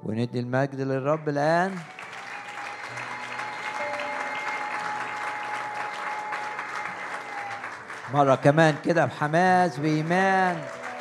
وندي المجد للرب الآن. مرة كمان كده بحماس بإيمان.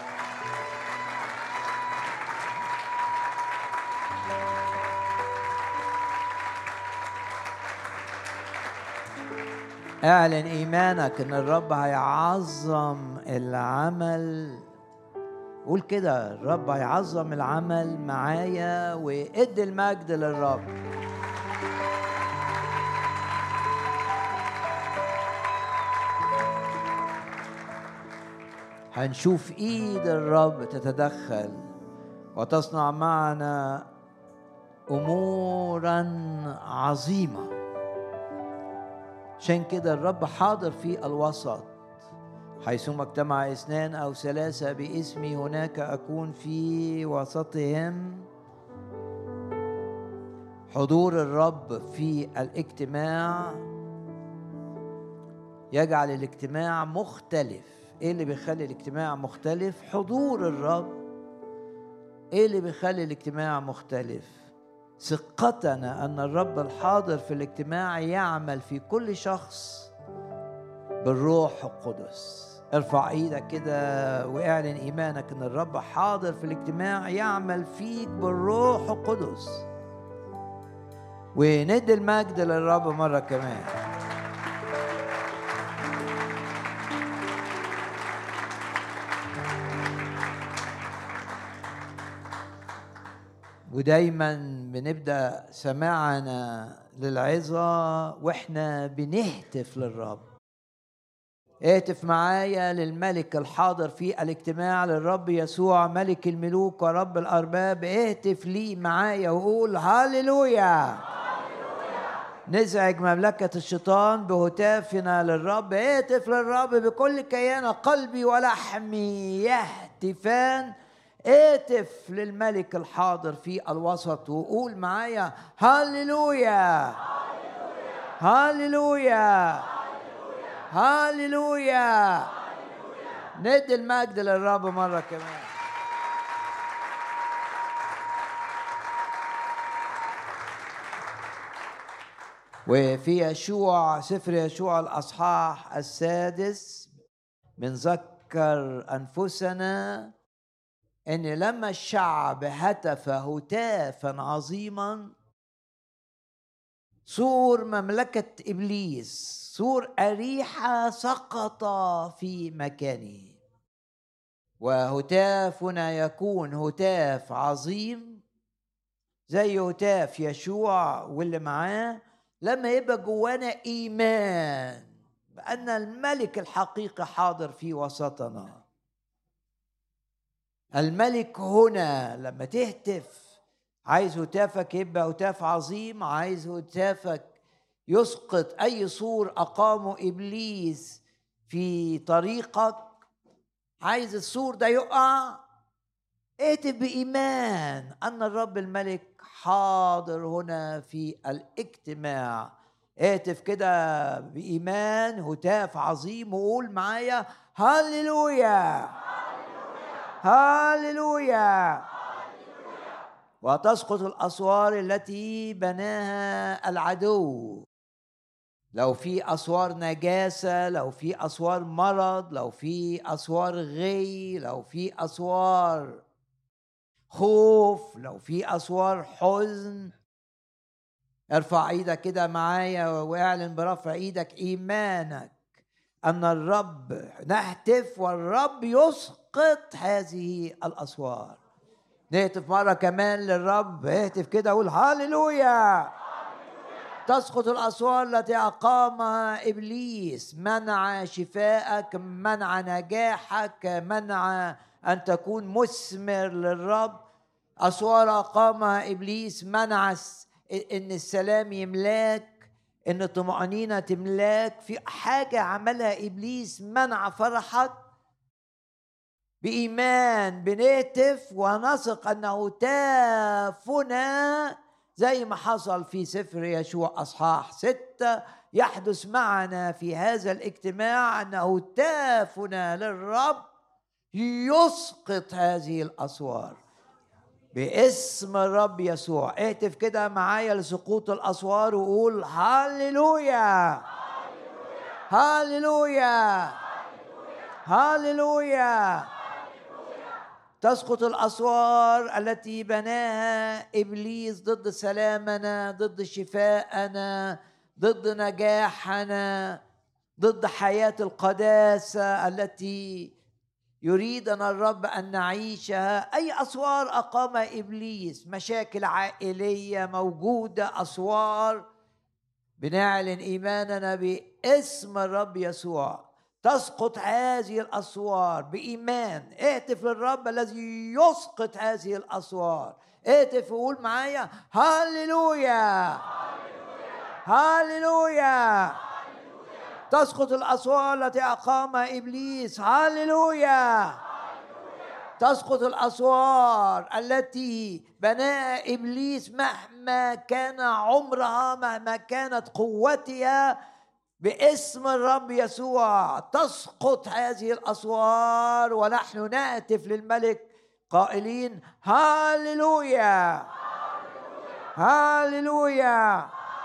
اعلن إيمانك إن الرب هيعظم العمل. قول كده: الرب هيعظم العمل معايا، وادي المجد للرب. هنشوف ايد الرب تتدخل وتصنع معنا امورا عظيمة. عشان كده الرب حاضر في الوسط. حيثما اجتمع 2 أو 3 باسمي هناك أكون في وسطهم. حضور الرب في الاجتماع يجعل الاجتماع مختلف. ايه اللي بيخلي الاجتماع مختلف؟ حضور الرب. ايه اللي بيخلي الاجتماع مختلف؟ ثقتنا ان الرب الحاضر في الاجتماع يعمل في كل شخص بالروح القدس. ارفع ايدك كده واعلن ايمانك ان الرب حاضر في الاجتماع يعمل فيك بالروح القدس. وندي المجد للرب مرة كمان. ودايما بنبدأ سماعنا للعظة واحنا بنهتف للرب. اهتف معايا للملك الحاضر في الاجتماع، للرب يسوع ملك الملوك ورب الأرباب. اهتف لي معايا وقول هاليلويا. نزعج مملكة الشيطان بهتافنا للرب. اهتف للرب بكل كيان قلبي ولحمي يهتفان. اهتف للملك الحاضر في الوسط وقول معايا هاليلويا هاليلويا هاليلويا. ندي المجد للرب مرة كمان. وفي يشوع، سفر يشوع الأصحاح 6 بنذكر أنفسنا إن لما الشعب هتف هتافا عظيما، سور مملكة إبليس، سور أريحة، سقط في مكانه. وهتافنا يكون هتاف عظيم زي هتاف يشوع واللي معاه، لما يبقى جوانا إيمان بأن الملك الحقيقي حاضر في وسطنا. الملك هنا. لما تهتف عايز هتافك يبقى هتاف عظيم، عايز هتافك يسقط أي سور أقامه إبليس في طريقك، عايز السور ده يقع، اهتف بإيمان أن الرب الملك حاضر هنا في الاجتماع. اهتف كده بإيمان هتاف عظيم وقول معايا هاليلويا هاليلويا. وتسقط الأسوار التي بناها العدو. لو في أسوار نجاسة، لو في أسوار مرض، لو في أسوار غي، لو في أسوار خوف، لو في أسوار حزن، ارفع ايدك كده معايا واعلن برفع ايدك ايمانك ان الرب، نهتف والرب يسقط هذه الأسوار. نهتف مرة كمان للرب. اهتف كده قول هاليلويا. تسقط الأسوار التي أقامها إبليس، منع شفائك، منع نجاحك، منع أن تكون مثمر للرب. أسوار أقامها إبليس منع إن السلام يملاك، إن الطمأنينة تملاك. في حاجة عملها إبليس منع فرحك. بإيمان بنهتف ونثق أنه هتافنا زي ما حصل في سفر يشوع أصحاح 6 يحدث معنا في هذا الاجتماع، أنه هتافنا للرب يسقط هذه الأسوار. باسم الرب يسوع. اهتف كده معايا لسقوط الأسوار وقول هاليلويا هاليلويا هاليلويا. تسقط الأسوار التي بناها إبليس ضد سلامنا، ضد شفاءنا، ضد نجاحنا، ضد حياة القداسة التي يريدنا الرب أن نعيشها. أي أسوار أقام إبليس، مشاكل عائلية موجودة، أسوار، بنعلن إيماننا باسم الرب يسوع. تسقط هذه الأسوار بإيمان. اهتف للرب الذي يسقط هذه الأسوار. اهتف وقول معايا هاليلويا هاليلويا. تسقط الأسوار التي أقامها إبليس. هاليلويا. تسقط الأسوار التي بناها إبليس مهما كان عمرها، مهما كانت قوتها، باسم الرب يسوع. تسقط هذه الأسوار ونحن نهتف للملك قائلين هاليلويا هاليلويا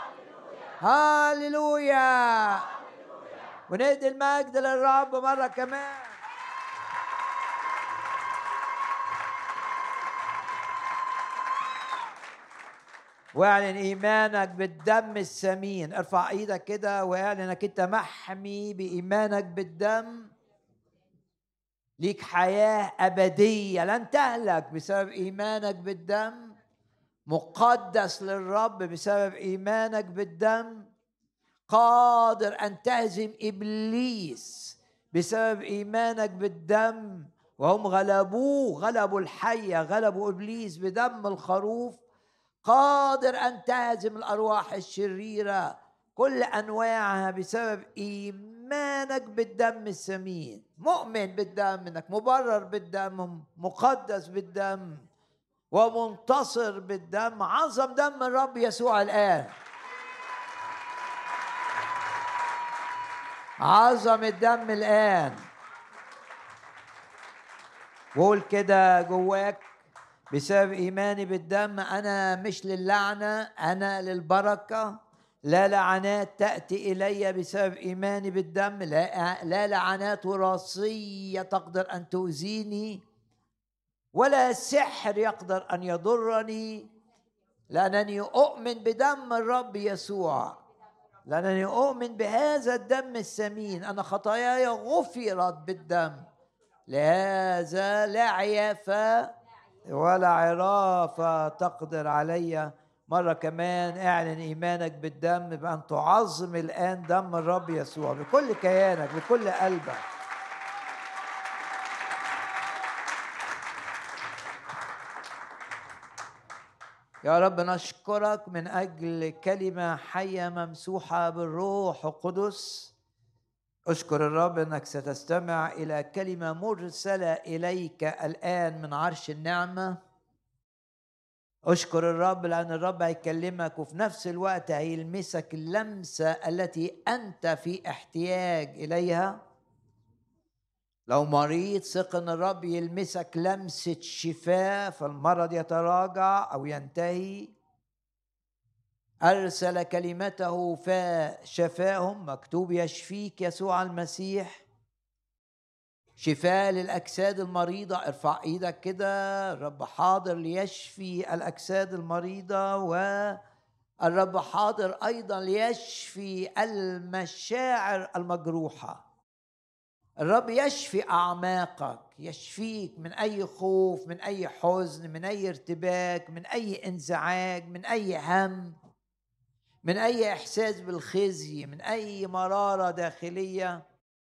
هاليلويا. وندي المجد للرب مرة كمان. واعلن ايمانك بالدم الثمين. ارفع ايدك كده واعلن انك انت محمي بايمانك بالدم. ليك حياة ابدية لن تهلك بسبب ايمانك بالدم. مقدس للرب بسبب ايمانك بالدم. قادر ان تهزم ابليس بسبب ايمانك بالدم. وهم غلبوه، غلبوا الحية، غلبوا ابليس بدم الخروف. قادر أن تهزم الأرواح الشريرة كل أنواعها بسبب إيمانك بالدم الثمين. مؤمن بالدم، إنك مبرر بالدم، مقدس بالدم، ومنتصر بالدم. عظم دم الرب يسوع الآن. عظم الدم الآن. قول كده جواك بسبب إيماني بالدم أنا مش للعنة، أنا للبركة. لا لعنات تأتي إلي بسبب إيماني بالدم. لا لعنات وراثية تقدر أن تؤذيني، ولا سحر يقدر أن يضرني، لأنني أؤمن بدم الرب يسوع. لأنني أؤمن بهذا الدم الثمين. أنا خطاياي غفرت بالدم. لهذا لا عيافة ولا عرافة تقدر علي. مرة كمان اعلن إيمانك بالدم بأن تعظم الآن دم الرب يسوع بكل كيانك، بكل قلبك. يا رب نشكرك من أجل كلمة حية ممسوحة بالروح القدس. أشكر الرب أنك ستستمع إلى كلمة مرسلة إليك الآن من عرش النعمة. أشكر الرب لأن الرب هيكلمك وفي نفس الوقت هيلمسك اللمسة التي أنت في احتياج إليها. لو مريض ثق أن الرب يلمسك لمسة شفاء فالمرض يتراجع أو ينتهي. أرسل كلمته فشفاهم. مكتوب يشفيك يسوع المسيح. شفاء للأجساد المريضة. ارفع ايدك كده. الرب حاضر ليشفي الأجساد المريضة، والرب حاضر أيضا ليشفي المشاعر المجروحة. الرب يشفي أعماقك، يشفيك من أي خوف، من أي حزن، من أي ارتباك، من أي انزعاج، من أي هم، من أي إحساس بالخزي، من أي مرارة داخلية.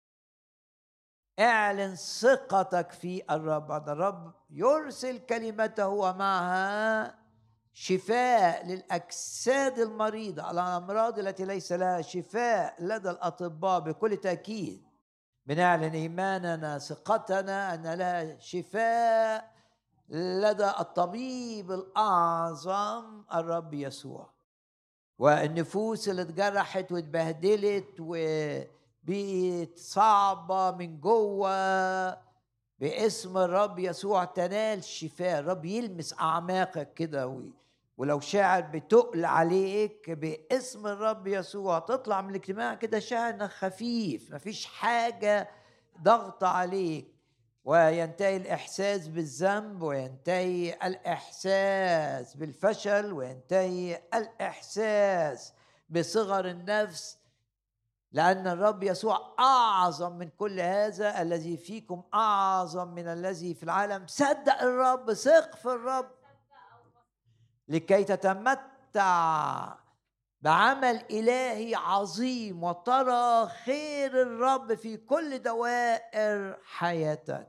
اعلن ثقتك في الرب. الرب يرسل كلمته ومعها شفاء للأجساد المريضة. الأمراض التي ليس لها شفاء لدى الأطباء بكل تأكيد بنعلن إيماننا، ثقتنا أن لها شفاء لدى الطبيب الأعظم الرب يسوع. والنفوس اللي اتجرحت واتبهدلت وبقت صعبة من جوه باسم الرب يسوع تنال شفاء. الرب يلمس أعماقك كده، ولو شاعر بتقل عليك باسم الرب يسوع تطلع من الاجتماع كده شاعر انك خفيف، مفيش حاجة ضغط عليك، وينتهي الإحساس بالذنب، وينتهي الإحساس بالفشل، وينتهي الإحساس بصغر النفس، لأن الرب يسوع أعظم من كل هذا. الذي فيكم أعظم من الذي في العالم. صدق الرب، ثق في الرب لكي تتمتع بعمل إلهي عظيم وترى خير الرب في كل دوائر حياتك.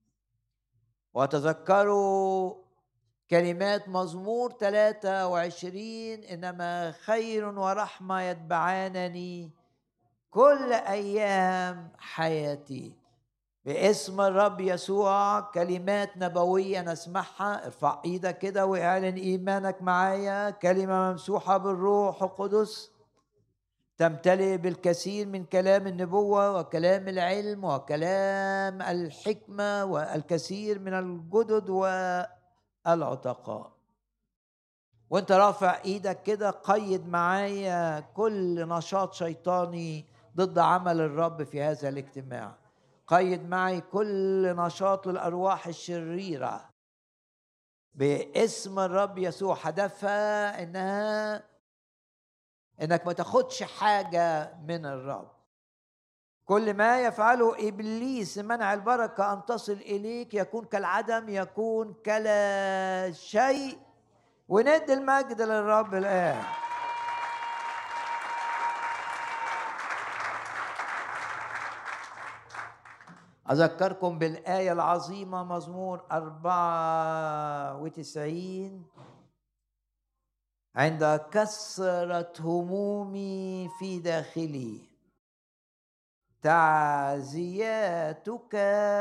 وتذكروا كلمات مزمور 23: إنما خير ورحمة يتبعانني كل أيام حياتي. باسم الرب يسوع كلمات نبوية نسمعها. ارفع ايدك كده واعلن ايمانك معايا. كلمة ممسوحة بالروح القدس تمتلئ بالكثير من كلام النبوة وكلام العلم وكلام الحكمة والكثير من الجدد والعتقاء. وانت رافع ايدك كده قيد معايا كل نشاط شيطاني ضد عمل الرب في هذا الاجتماع. قيد معي كل نشاط للأرواح الشريرة باسم الرب يسوع. هدفها انك ما تاخدش حاجة من الرب. كل ما يفعله إبليس منع البركة أن تصل إليك يكون كالعدم، يكون كلا شيء. وندي المجد للرب الآن. أذكركم بالآية العظيمة مزمور 94: عند كثرة همومي في داخلي تعزياتك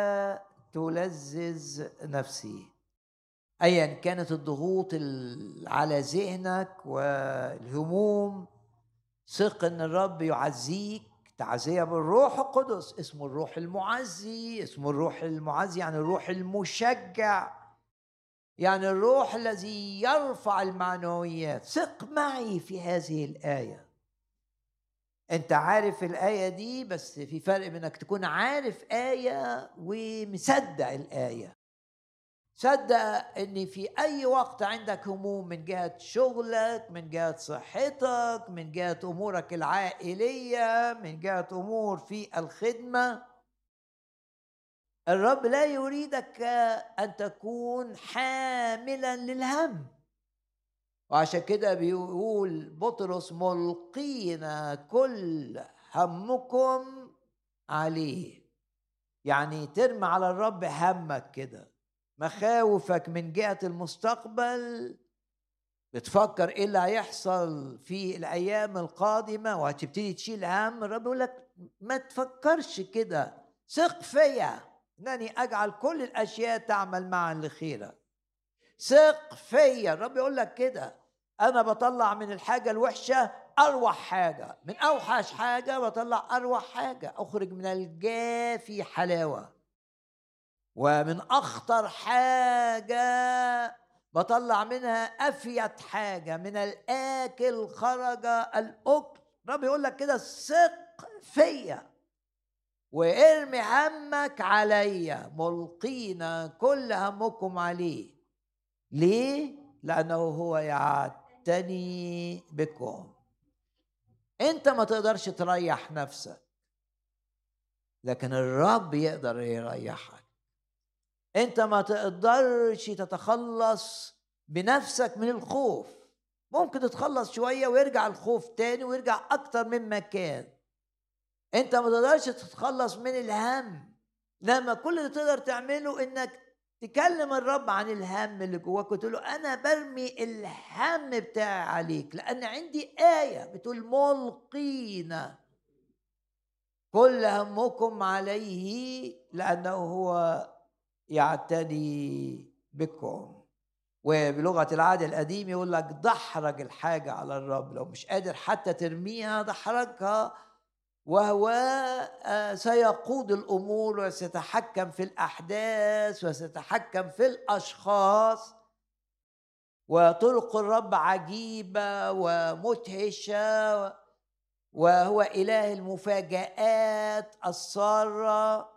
تلذذ نفسي. أيا كانت الضغوط على ذهنك والهموم، ثق ان الرب يعزيك تعزية بالروح القدس. اسمه الروح المعزي. اسمه الروح المعزي يعني الروح المشجع، يعني الروح الذي يرفع المعنويات. ثق معي في هذه الآية. انت عارف الآية دي، بس في فرق بين انك تكون عارف آية ومصدق الآية. صدق ان في اي وقت عندك هموم من جهة شغلك، من جهة صحتك، من جهة امورك العائلية، من جهة امور في الخدمة، الرب لا يريدك ان تكون حاملا للهم. وعشان كده بيقول بطرس: ملقين كل همكم عليه. يعني ترمي على الرب همك كده، مخاوفك من جهة المستقبل، بتفكر ايه اللي هيحصل في الايام القادمة وهتبتدي تشيل هم. الرب يقول لك ما تفكرش كده، ثق فيا انني اجعل كل الاشياء تعمل معا لخيرك. ثق فيا. الرب يقول لك كده: انا بطلع من الحاجة الوحشة اروح حاجة، من اوحش حاجة بطلع اروح حاجة، اخرج من الجافي حلاوة، ومن أخطر حاجة بطلع منها أفيد حاجة، من الآكل خرج الأكل. رب يقول لك كده: ثق فيا وارمي همك عليا، ملقين كل همكم عليه. ليه؟ لأنه هو يعتني بكم. أنت ما تقدرش تريح نفسك، لكن الرب يقدر يريحك. انت ما تقدرش تتخلص بنفسك من الخوف. ممكن تتخلص شوية ويرجع الخوف تاني ويرجع اكتر مما كان. انت ما تقدرش تتخلص من الهم، لما كل اللي تقدر تعمله انك تكلم الرب عن الهم اللي جواك وتقول له: انا برمي الهم بتاعي عليك، لان عندي آية بتقول ملقين كل همكم عليه لأنه هو يعتني بكم. وبلغة العهد القديم يقول لك: دحرج الحاجة على الرب. لو مش قادر حتى ترميها، دحرجها وهو سيقود الأمور وسيتحكم في الأحداث وسيتحكم في الأشخاص. وطرق الرب عجيبة ومدهشة، وهو إله المفاجآت السارة.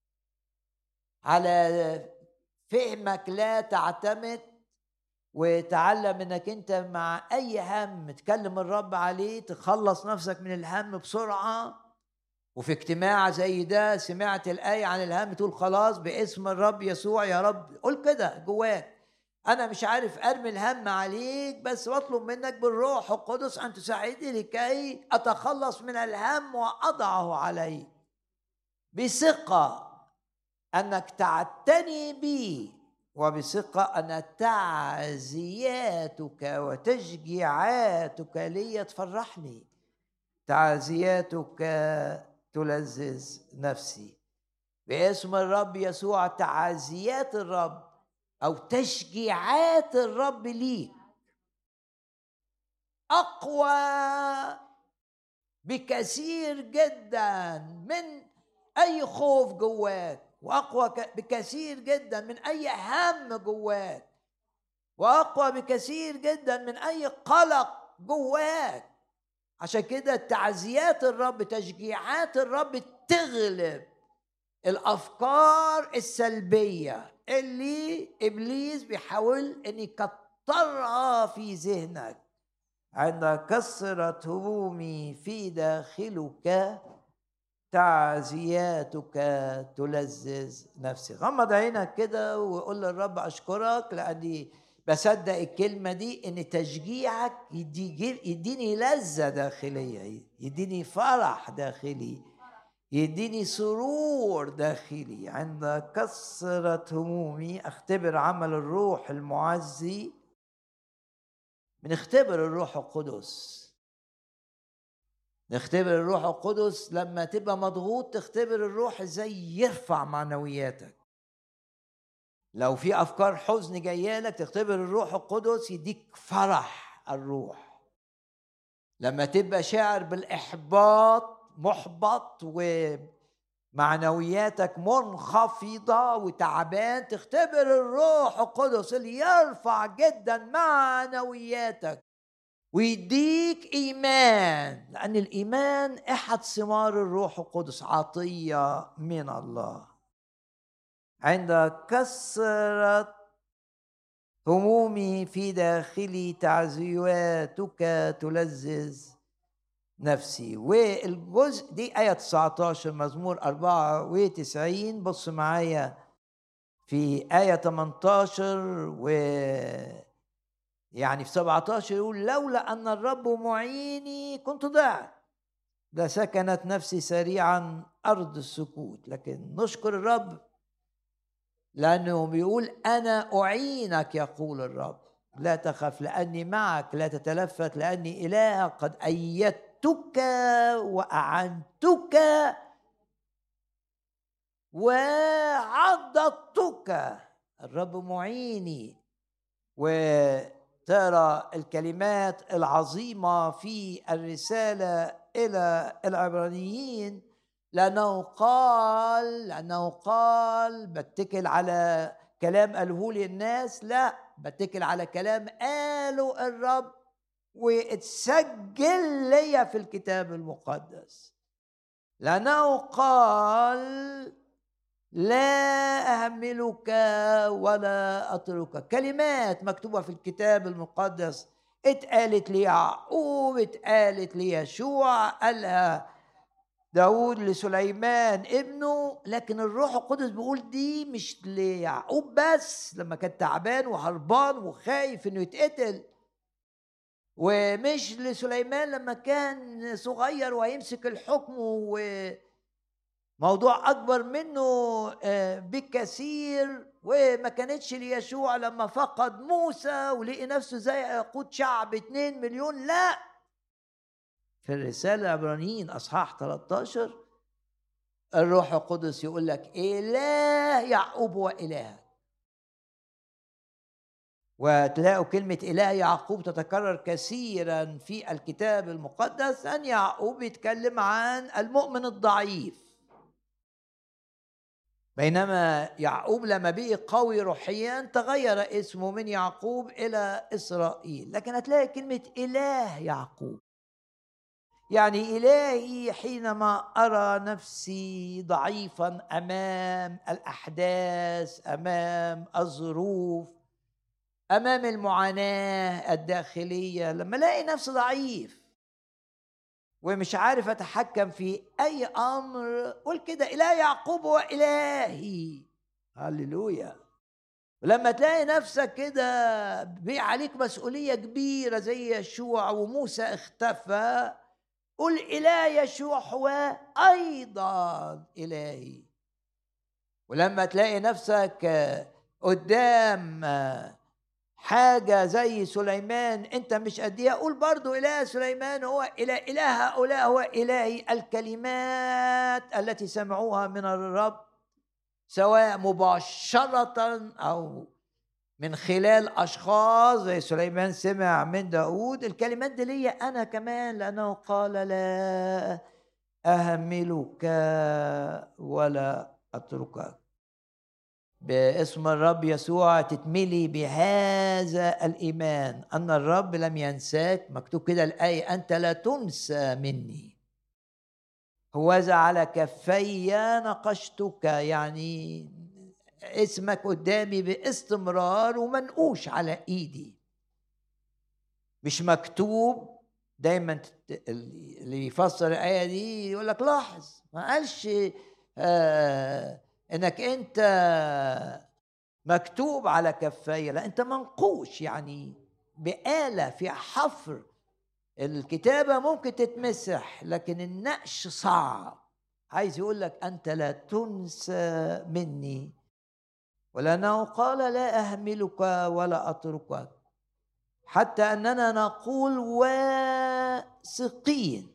على فهمك لا تعتمد، وتعلم انك انت مع اي هم تكلم الرب عليه تخلص نفسك من الهم بسرعة. وفي اجتماع زي ده سمعت الآية عن الهم، تقول خلاص باسم الرب يسوع يا رب. قول كده جواك، أنا مش عارف أرمي الهم عليك، بس بطلب منك بالروح القدس أن تساعدني لكي أتخلص من الهم وأضعه عليك بثقة أنك تعتني بي، وبثقة أن تعزياتك وتشجيعاتك لي تفرحني. تعزياتك تلذذ نفسي. باسم الرب يسوع تعزيات الرب أو تشجيعات الرب لي أقوى بكثير جدا من أي خوف جواك، وأقوى بكثير جدا من أي هم جواك، وأقوى بكثير جدا من أي قلق جواك. عشان كده تعزيات الرب تشجيعات الرب تغلب الأفكار السلبية اللي إبليس بيحاول أن يكترها في ذهنك. عند كثرة همومي في داخلك تعزياتك تلذذ نفسي. غمض عينك كده وقول للرب أشكرك لأني بصدق الكلمة دي، إن تشجيعك يديني لذة داخلية، يديني فرح داخلي، يديني سرور داخلي. عند كثرة همومي اختبر عمل الروح المعزي. بنختبر الروح القدس، نختبر الروح القدس لما تبقى مضغوط، تختبر الروح ازاي يرفع معنوياتك. لو في افكار حزن جايه لك تختبر الروح القدس يديك فرح الروح. لما تبقى شاعر بالاحباط، محبط ومعنوياتك منخفضه وتعبان، تختبر الروح القدس اللي يرفع جدا معنوياتك ويديك إيمان، لأن الإيمان أحد ثمار الروح القدس، عطية من الله. عند كثرة همومي في داخلي تعزياتك تلذذ نفسي. والجزء دي آية 19 مزمور 94. بص معايا في آية 18 يعني في 17 يقول لولا أن الرب معيني كنت ضعت، لسكنت نفسي سريعا أرض السكوت. لكن نشكر الرب لأنه بيقول أنا أعينك يقول الرب، لا تخف لأني معك، لا تتلفت لأني إلهك، قد أيدتك وأعنتك وعضدتك. الرب معيني. ترى الكلمات العظيمة في الرسالة إلى العبرانيين، لأنه قال بتكل على كلام قاله لي الناس، لا بتكل على كلام قاله الرب واتسجل لي في الكتاب المقدس. لأنه قال لا أهملك ولا أتركك. كلمات مكتوبة في الكتاب المقدس اتقالت ليعقوب، اتقالت ليشوع، قالها داود لسليمان ابنه. لكن الروح القدس بيقول دي مش ليعقوب بس لما كان تعبان وهربان وخايف انه يتقتل، ومش لسليمان لما كان صغير ويمسك الحكم موضوع أكبر منه بكثير، وما كانتش ليشوع لما فقد موسى ولقي نفسه زي يقود شعب 2 مليون. لا، في الرسالة العبرانيين أصحاح 13 الروح القدس يقول لك إله يعقوب وإلهك. وتلاقوا كلمة إله يعقوب تتكرر كثيرا في الكتاب المقدس، أن يعقوب يتكلم عن المؤمن الضعيف، بينما يعقوب لما بقي قوي روحيا تغير اسمه من يعقوب إلى إسرائيل. لكن هتلاقي كلمة إله يعقوب، يعني إلهي حينما أرى نفسي ضعيفا أمام الأحداث، أمام الظروف، أمام المعاناة الداخلية، لما ألاقي نفسي ضعيف ومش عارف أتحكم في أي أمر، قول كده إله يعقوب هو إلهي. هللويا. ولما تلاقي نفسك كده عليك مسؤولية كبيرة زي يشوع وموسى اختفى، قل إله يشوع هو أيضا إلهي. ولما تلاقي نفسك قدام حاجة زي سليمان انت مش قديها، قول برضو إله سليمان هو إله هؤلاء هو إلهي. الكلمات التي سمعوها من الرب سواء مباشرة أو من خلال أشخاص زي سليمان سمع من داود، الكلمات دي ليا أنا كمان، لأنه قال لا أهملك ولا أتركك. باسم الرب يسوع تتملي بهذا الإيمان أن الرب لم ينساك. مكتوب كده الآية أنت لا تنسى مني، هوذا على كفي نقشتك، يعني اسمك قدامي باستمرار ومنقوش على ايدي، مش مكتوب. دايما اللي يفسر الآية دي يقول لك لاحظ ما قالش انك انت مكتوب على كفي، لا انت منقوش، يعني بآلة في حفر. الكتابة ممكن تتمسح لكن النقش صعب. عايز يقول لك أنت لا تنسى مني، ولأنه قال لا أهملك ولا أتركك، حتى أننا نقول واثقين،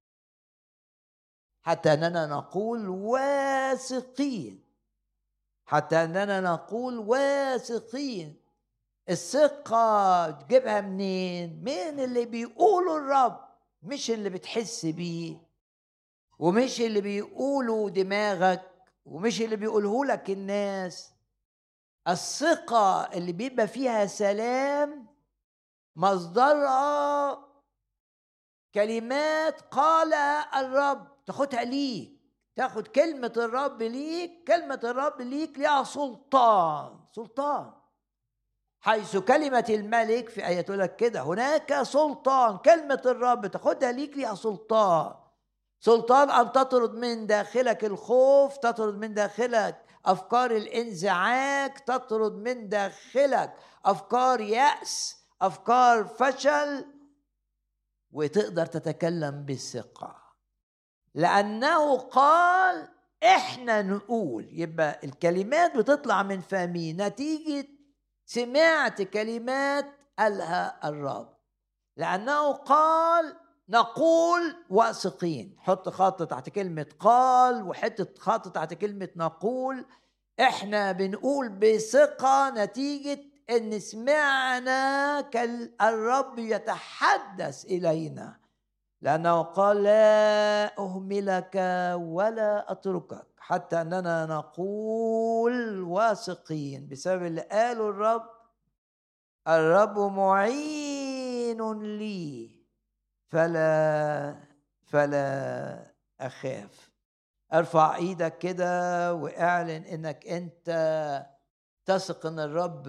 حتى أننا نقول واثقين، حتى أننا نقول واثقين. الثقة تجيبها منين؟ من اللي بيقوله الرب، مش اللي بتحس بيه، ومش اللي بيقوله دماغك، ومش اللي بيقوله لك الناس. الثقة اللي بيبقى فيها سلام مصدرها كلمات قالها الرب، تاخدها ليك، تاخد كلمة الرب ليك. كلمة الرب ليك ليها سلطان، سلطان. حيث كلمة الملك في آية لك كده هناك سلطان. كلمة الرب تاخدها ليك ليها سلطان. سلطان أن تطرد من داخلك الخوف، تطرد من داخلك أفكار الانزعاج، تطرد من داخلك أفكار يأس، أفكار فشل، وتقدر تتكلم بالثقة لأنه قال. إحنا نقول، يبقى الكلمات بتطلع من فمي نتيجة سمعت كلمات قالها الرب، لأنه قال نقول واثقين. حط خط تحت كلمة قال وحط خط تحت كلمة نقول. احنا بنقول بثقة نتيجة ان سمعنا الرب يتحدث الينا، لأنه قال لا أهملك ولا أتركك، حتى أننا نقول واثقين بسبب اللي قاله الرب. الرب معين لي فلا أخاف. ارفع ايدك كده واعلن انك انت تثق ان الرب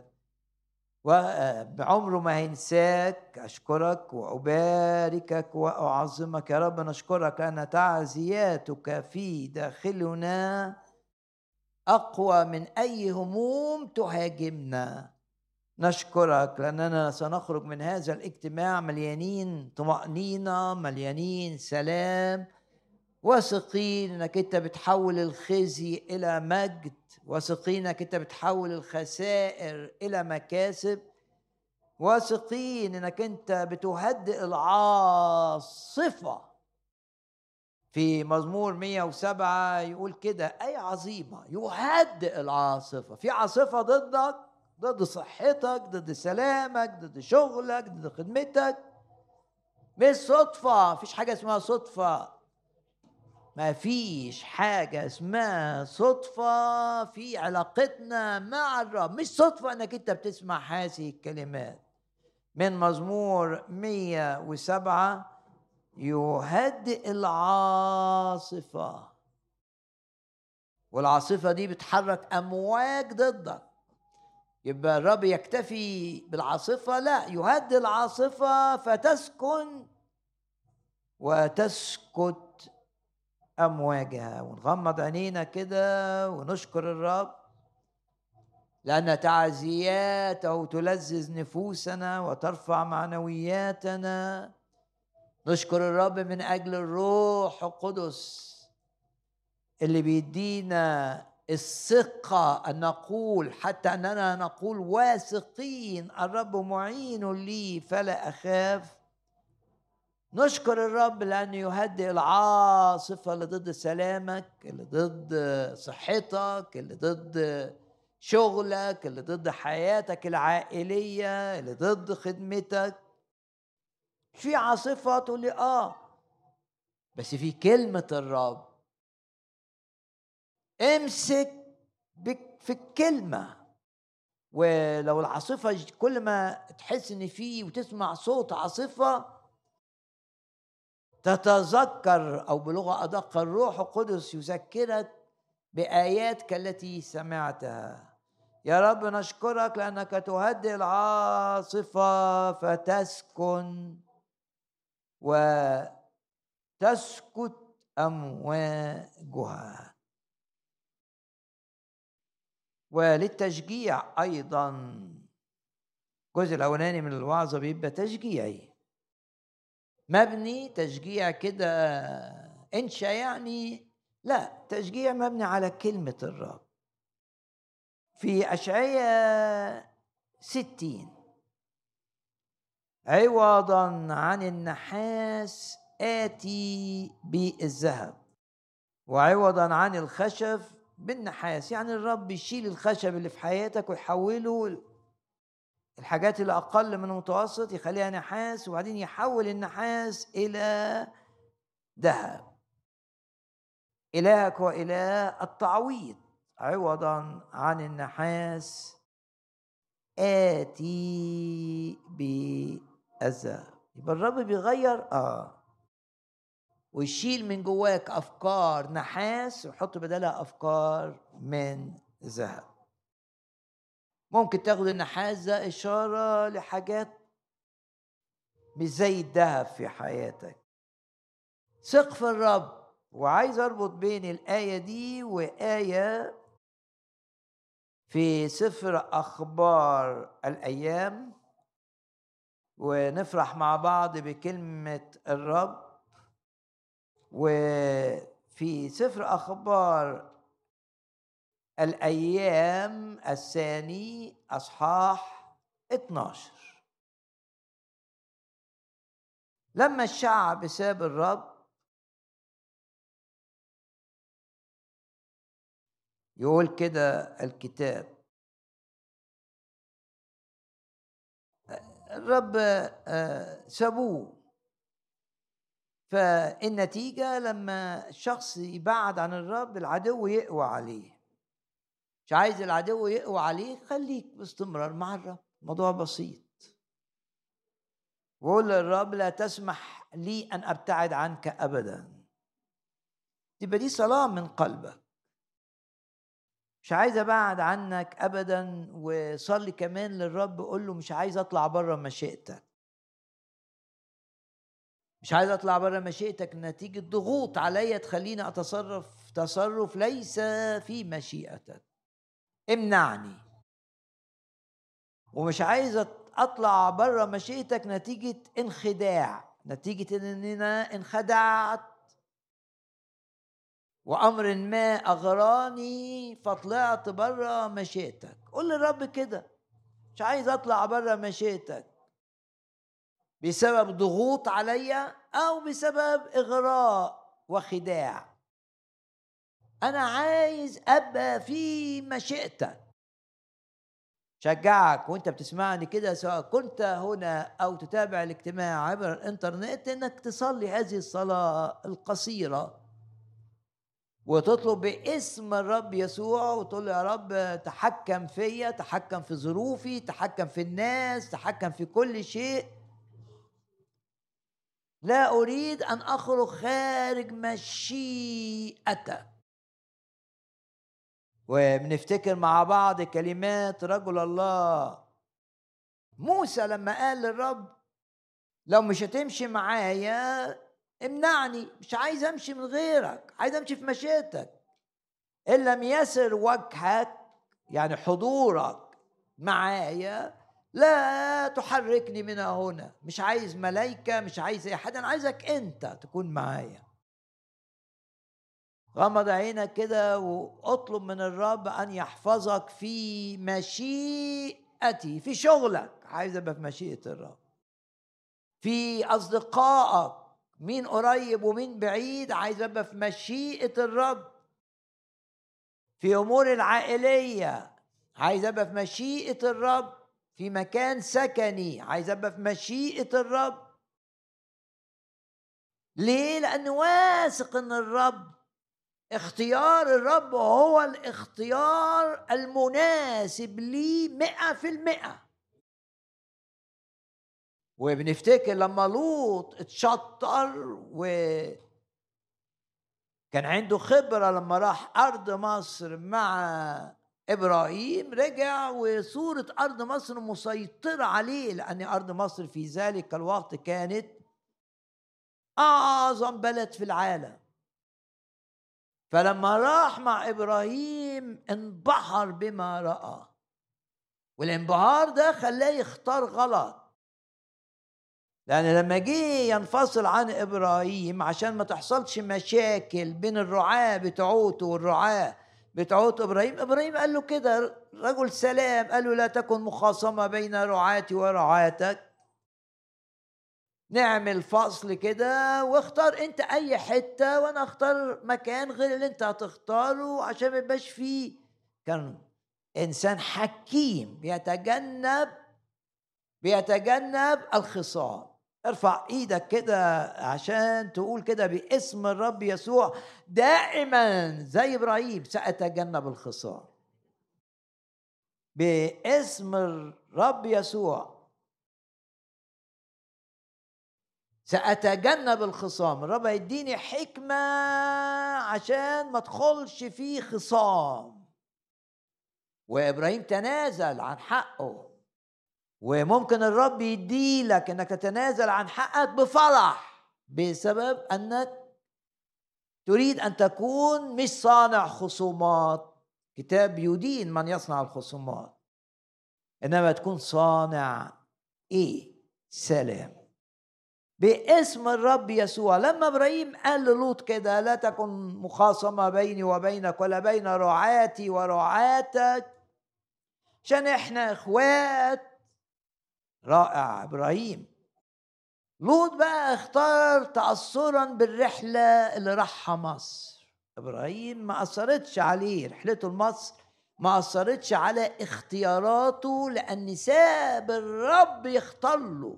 بعمره ما هينساك. أشكرك وأباركك وأعظمك يا رب. نشكرك أن تعزياتك في داخلنا أقوى من أي هموم تهاجمنا. نشكرك لأننا سنخرج من هذا الاجتماع مليانين طمأنينة، مليانين سلام، واثقين أنك أنت بتحول الخزي إلى مجد، واثقين أنك أنت بتحول الخسائر إلى مكاسب، واثقين أنك أنت بتهدئ العاصفة. في مزمور 107 يقول كده آية عظيمة، يهدئ العاصفة. في عاصفة ضدك ضد صحتك، ضد سلامك، ضد شغلك، ضد خدمتك. مش صدفة، مفيش حاجة اسمها صدفة. ما فيش حاجة اسمها صدفة في علاقتنا مع الرب. مش صدفة انك انت بتسمع هذه الكلمات من مزمور 107: يهدئ العاصفة. والعاصفة دي بتحرك أمواج ضدك. يبقى الرب يكتفي بالعاصفة؟ لا، يهدئ العاصفة فتسكن وتسكت أمواجها. ونغمض عينينا كده ونشكر الرب، لأن تعزياته تلذذ نفوسنا وترفع معنوياتنا. نشكر الرب من أجل الروح القدس اللي بيدينا الثقة أن نقول، حتى أننا نقول واثقين الرب معين لي فلا أخاف. نشكر الرب لأنه يهدئ العاصفة اللي ضد سلامك، اللي ضد صحتك، اللي ضد شغلك، اللي ضد حياتك العائلية، اللي ضد خدمتك. في عاصفة تقول لي بس في كلمة الرب. امسك في الكلمة. ولو العاصفة كل ما تحس ان فيه وتسمع صوت عاصفة، تتذكر، او بلغة ادق الروح القدس يذكرك بآيات كالتي سمعتها. يا رب نشكرك لأنك تهدئ العاصفة فتسكن وتسكت أمواجها. وللتشجيع أيضا، الجزء الأولاني من الوعظة بيبقى تشجيعي مبني، تشجيع كده إنشا يعني، لا، تشجيع مبني على كلمة الرب. في أشعياء 60: عوضا عن النحاس آتي بالذهب، وعوضا عن الخشب بالنحاس. يعني الرب يشيل الخشب اللي في حياتك ويحوله، الحاجات اللي أقل من المتوسط يخليها نحاس، وبعدين يحول النحاس إلى ذهب. إلهك وإله التعويض. عوضا عن النحاس آتي بالذهب. يبقى الرب بيغير ويشيل من جواك أفكار نحاس ويحط بدلها أفكار من ذهب. ممكن تاخد النحاس ده إشارة لحاجات مش زي الذهب في حياتك. ثق في الرب. وعايز أربط بين الآية دي وآية في سفر أخبار الأيام، ونفرح مع بعض بكلمة الرب. وفي سفر أخبار الأيام الثاني أصحاح 12: لما الشعب ساب الرب، يقول كده الكتاب، الرب سابوه. فالنتيجة لما الشخص يبعد عن الرب، العدو يقوى عليه. مش عايز العدو يقوى عليه، خليك باستمرار مع الرب. موضوع بسيط. وقول للرب: لا تسمح لي أن أبتعد عنك أبدا. تبقى دي صلاة من قلبك. مش عايز أبعد عنك أبدا. وصلي كمان للرب، قول له: مش عايز أطلع بره مشيئتك. مش عايز أطلع بره مشيئتك نتيجة ضغوط عليا تخليني أتصرف تصرف ليس في مشيئتك. امنعني. ومش عايز أطلع بره مشيئتك نتيجة انخداع، نتيجة إننا انخدعت وأمر ما أغراني فطلعت بره مشيئتك. قول للرب كده: مش عايز أطلع بره مشيئتك بسبب ضغوط عليا أو بسبب إغراء وخداع. أنا عايز أبقى في مشيئتك. شجعك وانت بتسمعني كده، سواء كنت هنا او تتابع الاجتماع عبر الانترنت، انك تصلي هذه الصلاة القصيرة وتطلب باسم الرب يسوع وتقول له: يا رب تحكم فيا، تحكم في ظروفي، تحكم في الناس، تحكم في كل شيء. لا أريد أن أخرج خارج مشيئتك. وبنفتكر مع بعض كلمات رجل الله موسى لما قال للرب: لو مش هتمشي معايا امنعني، مش عايز امشي من غيرك، عايز امشي في مشيئتك. ان لم يسر وجهك، يعني حضورك معايا، لا تحركني من هنا. مش عايز ملايكة، مش عايز اي حد، انا عايزك انت تكون معايا. غمض عينك كده واطلب من الرب ان يحفظك في مشيئتي. في شغلك عايز ابقى في مشيئة الرب، في اصدقائك مين قريب ومين بعيد عايز ابقى في مشيئة الرب، في امور العائلية عايز ابقى في مشيئة الرب، في مكان سكني عايز ابقى في مشيئة الرب. ليه؟ لأنه واثق ان الرب، اختيار الرب هو الاختيار المناسب لي 100%. وبنفتكر لما لوط اتشطر وكان عنده خبرة لما راح أرض مصر مع إبراهيم، رجع وصورة أرض مصر مسيطرة عليه، لأن أرض مصر في ذلك الوقت كانت أعظم بلد في العالم. فلما راح مع إبراهيم انبهر بما رأى، والانبهار ده خلاه يختار غلط. لأن لما جه ينفصل عن إبراهيم عشان ما تحصلش مشاكل بين الرعاة بتوعته والرعاة بتوعت إبراهيم قال له كده، رجل سلام، قال له: لا تكن مخاصمة بين رعاتي ورعاتك، نعمل فصل كده واختار انت اي حتة وانا اختار مكان غير اللي انت هتختاره، عشان ما يبقاش فيه. كان انسان حكيم بيتجنب الخصام. ارفع ايدك كده عشان تقول كده: باسم الرب يسوع دائما زي ابراهيم سأتجنب الخصام. باسم الرب يسوع سأتجنب الخصام. الرب يديني حكمة عشان ما ادخلش فيه خصام. وإبراهيم تنازل عن حقه، وممكن الرب يديلك انك تتنازل عن حقك بفرح بسبب انك تريد ان تكون مش صانع خصومات. كتاب يدين من يصنع الخصومات، انما تكون صانع سلام. باسم الرب يسوع. لما ابراهيم قال للوط كده: لا تكن مخاصمة بيني وبينك ولا بين رعاتي ورعاتك، عشان احنا اخوات. رائع ابراهيم. لوط بقى اختار تأثرا بالرحلة اللي راحها مصر. ابراهيم ما أثرتش عليه رحلته لمصر، ما أثرتش على اختياراته، لأن ساب الرب يختار له.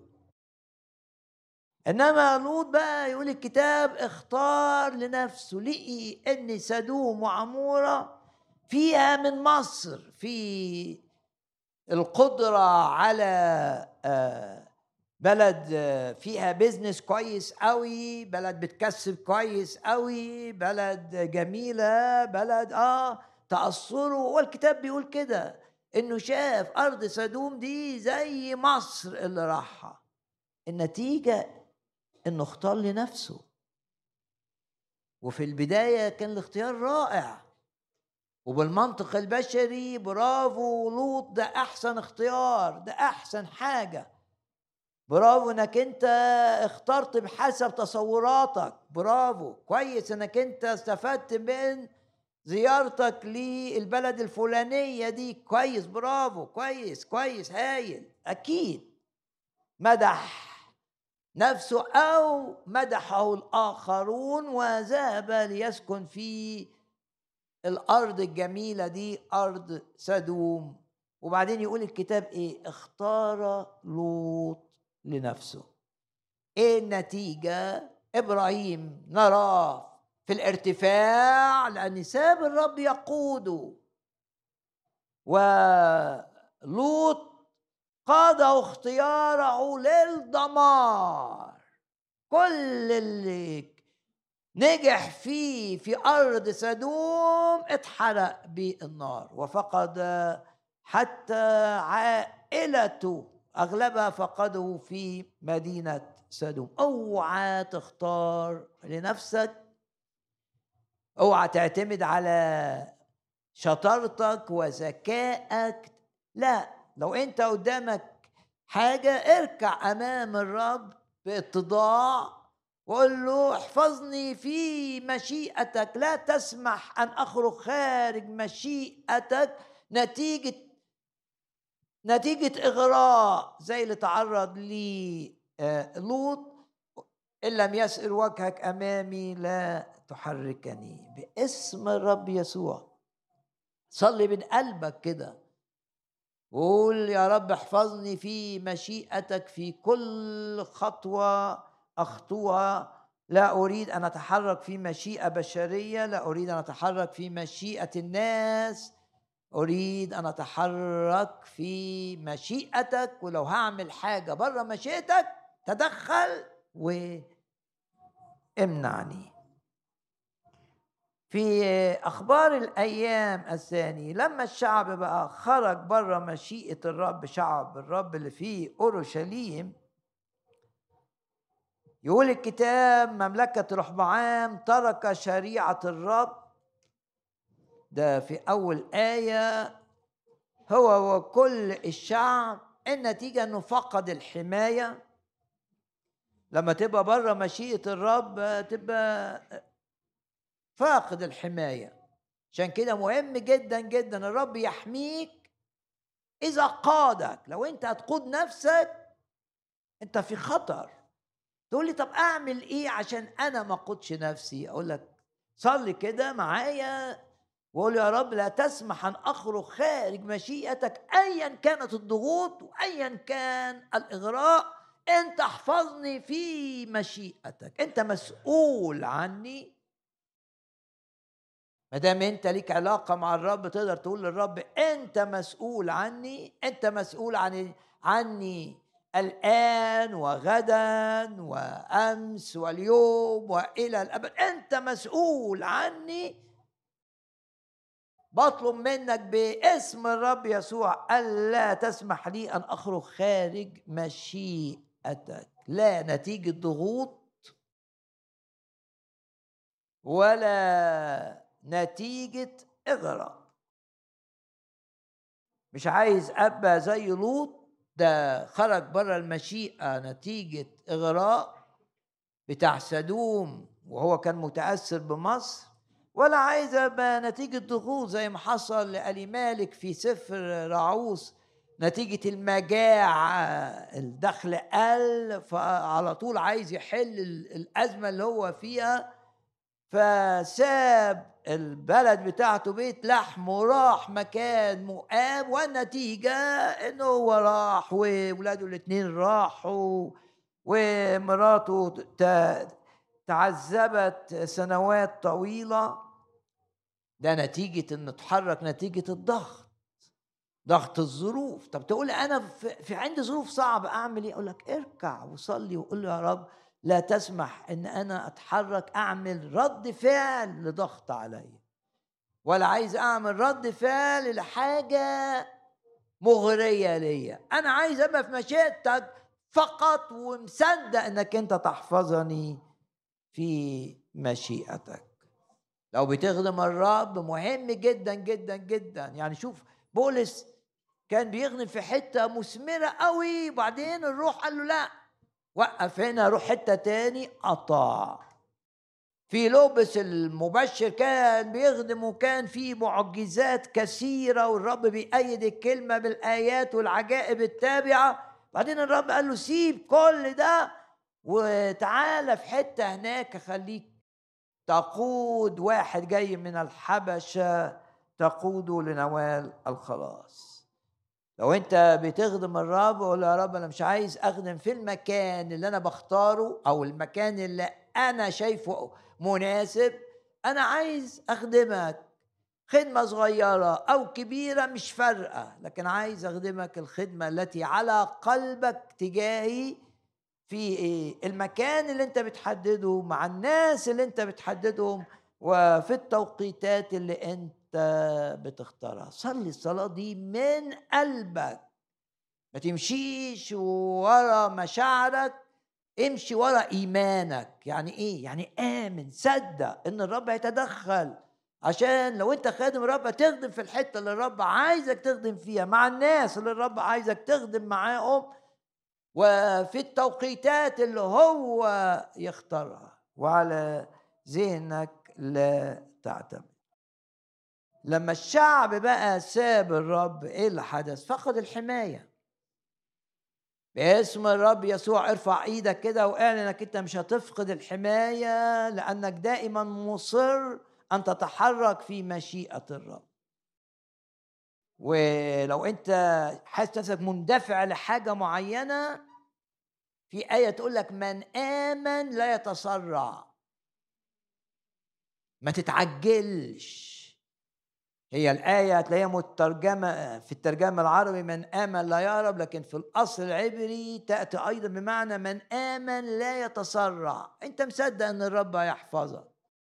انما لوط بقى يقول الكتاب اختار لنفسه، لقي ان سدوم وعمورة فيها من مصر في القدرة على بلد فيها بيزنس كويس قوي، بلد بتكسب كويس قوي، بلد جميلة، بلد تأثره. والكتاب بيقول كده انه شاف ارض سدوم دي زي مصر اللي راحها. النتيجة انه اختار لنفسه. وفي البداية كان الاختيار رائع، وبالمنطق البشري برافو لوط، ده احسن اختيار، ده احسن حاجة. برافو انك انت اخترت بحسب تصوراتك، برافو، كويس انك انت استفدت من زيارتك للبلد الفلانية دي، كويس، برافو، كويس كويس، هايل. اكيد مدح نفسه أو مدحه الآخرون وذهب ليسكن في الأرض الجميلة دي، أرض سدوم وبعدين يقول الكتاب ايه؟ اختار لوط لنفسه. ايه النتيجة؟ ابراهيم نراه في الارتفاع لأن ساب الرب يقوده، ولوط قاده اختياره للدمار. كل اللي نجح فيه في أرض سدوم اتحرق بالنار، وفقد حتى عائلته أغلبها فقده في مدينة سدوم. اوعى تختار لنفسك، اوعى تعتمد على شطارتك وذكائك. لا، لو انت قدامك حاجة اركع امام الرب باتضاع وقول له احفظني في مشيئتك، لا تسمح ان اخرج خارج مشيئتك نتيجة اغراء زي اللي تعرض لي لوط. ان لم يسئر وجهك امامي لا تحركني. باسم الرب يسوع صلي من قلبك كده وقول يا رب احفظني في مشيئتك في كل خطوة أخطوها. لا أريد أن أتحرك في مشيئة بشرية، لا أريد أن أتحرك في مشيئة الناس، أريد أن أتحرك في مشيئتك. ولو هعمل حاجة بره مشيئتك تدخل وامنعني. في أخبار الأيام الثاني لما الشعب بقى خرج بره مشيئة الرب، شعب الرب اللي فيه أورشليم، يقول الكتاب مملكة رحبعام ترك شريعة الرب. ده في أول آية. هو وكل الشعب. النتيجة أنه فقد الحماية. لما تبقى بره مشيئة الرب تبقى فاقد الحماية. عشان كده مهم جدا جدا الرب يحميك إذا قادك. لو أنت هتقود نفسك أنت في خطر. تقول لي طب أعمل إيه عشان أنا ما أقودش نفسي؟ أقول لك صلي كده معايا وقول يا رب لا تسمح أن أخرج خارج مشيئتك أيا كانت الضغوط وأيا كان الإغراء. أنت احفظني في مشيئتك، أنت مسؤول عني. ما دام انت ليك علاقه مع الرب تقدر تقول للرب انت مسؤول عني، انت مسؤول عني الان وغدا وامس واليوم والى الابد. انت مسؤول عني. بطلب منك باسم الرب يسوع الا تسمح لي ان اخرج خارج مشيئتك، لا نتيجه ضغوط ولا نتيجة إغراء. مش عايز أبقى زي لوط، ده خرج بره المشيئة نتيجة إغراء بتاع سدوم وهو كان متأثر بمصر، ولا عايز أبقى نتيجة ضغوط زي ما حصل لآل مالك في سفر رعوس نتيجة المجاعة. الدخل قل فعلى طول عايز يحل الأزمة اللي هو فيها، فساب البلد بتاعته بيت لحم وراح مكان مؤاب. والنتيجة انه هو راح وولاده الاثنين راحوا ومراته تعذبت سنوات طويلة. ده نتيجة انه اتحرك نتيجة الضغط، ضغط الظروف. طب تقول انا في عندي ظروف صعبة اعمل ايه؟ اقول لك اركع وصلي وقول له يا رب لا تسمح ان انا اتحرك اعمل رد فعل لضغط عليا، ولا عايز اعمل رد فعل لحاجة مغرية ليا. انا عايز ابقى في مشيئتك فقط ومصدق انك انت تحفظني في مشيئتك. لو بتخدم الرب مهم جدا جدا جدا. يعني شوف بولس كان بيخدم في حتة مثمرة قوي، وبعدين الروح قال له لا وقف هنا، روح حتة تاني. قطع. في لوبس المبشر كان بيخدم وكان في معجزات كثيرة والرب بيأيد الكلمة بالآيات والعجائب التابعة. بعدين الرب قال له سيب كل ده وتعالى في حتة هناك خليك تقود واحد جاي من الحبشة تقوده لنوال الخلاص. لو انت بتخدم الرب وقول يا رب انا مش عايز اخدم في المكان اللي انا بختاره او المكان اللي انا شايفه مناسب، انا عايز اخدمك خدمة صغيرة أو كبيرة مش فارقة، لكن عايز أخدمك الخدمة التي على قلبك تجاهي في المكان اللي أنت بتحدده مع الناس اللي أنت بتحددهم وفي التوقيتات اللي أنت بتختارها. صلي الصلاة دي من قلبك، ما تمشيش ورا مشاعرك، امشي ورا إيمانك. يعني إيه؟ يعني آمن، صدق إن الرب هيتدخل، عشان لو انت خادم الرب تخدم في الحته اللي الرب عايزك تخدم فيها مع الناس اللي الرب عايزك تخدم معاهم وفي التوقيتات اللي هو يختارها، وعلى ذهنك لا تعتمد. لما الشعب بقى ساب الرب ايه اللي حدث؟ فقد الحمايه. باسم الرب يسوع ارفع ايدك كده واعلن انك انت مش هتفقد الحمايه، لانك دائما مصر أن تتحرك في مشيئة الرب. ولو أنت حاسس نفسك مندفع لحاجة معينة، في آية تقول لك من آمن لا يتسرع، ما تتعجلش. هي الآية هتلاقيها مترجمة في الترجمة العربي من آمن لا يهرب، لكن في الأصل العبري تأتي أيضا بمعنى من آمن لا يتسرع. أنت مصدق أن الرب هيحفظك.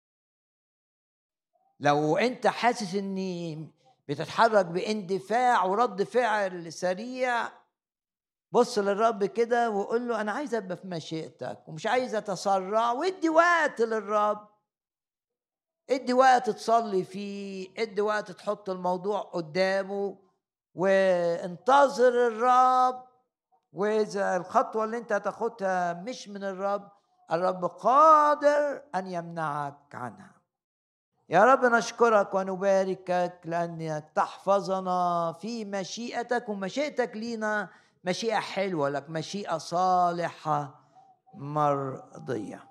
لو انت حاسس اني بتتحرك باندفاع ورد فعل سريع، بص للرب كده وقول له انا عايز ابقى في مشيئتك ومش عايز اتسرع، وادي وقت للرب، ادي وقت تصلي فيه، ادي وقت تحط الموضوع قدامه وانتظر الرب. واذا الخطوة اللي انت هتاخدها مش من الرب، الرب قادر ان يمنعك عنها. يا رب نشكرك ونباركك لأنك تحفظنا في مشيئتك، ومشيئتك لينا مشيئة حلوة لك، مشيئة صالحة مرضية.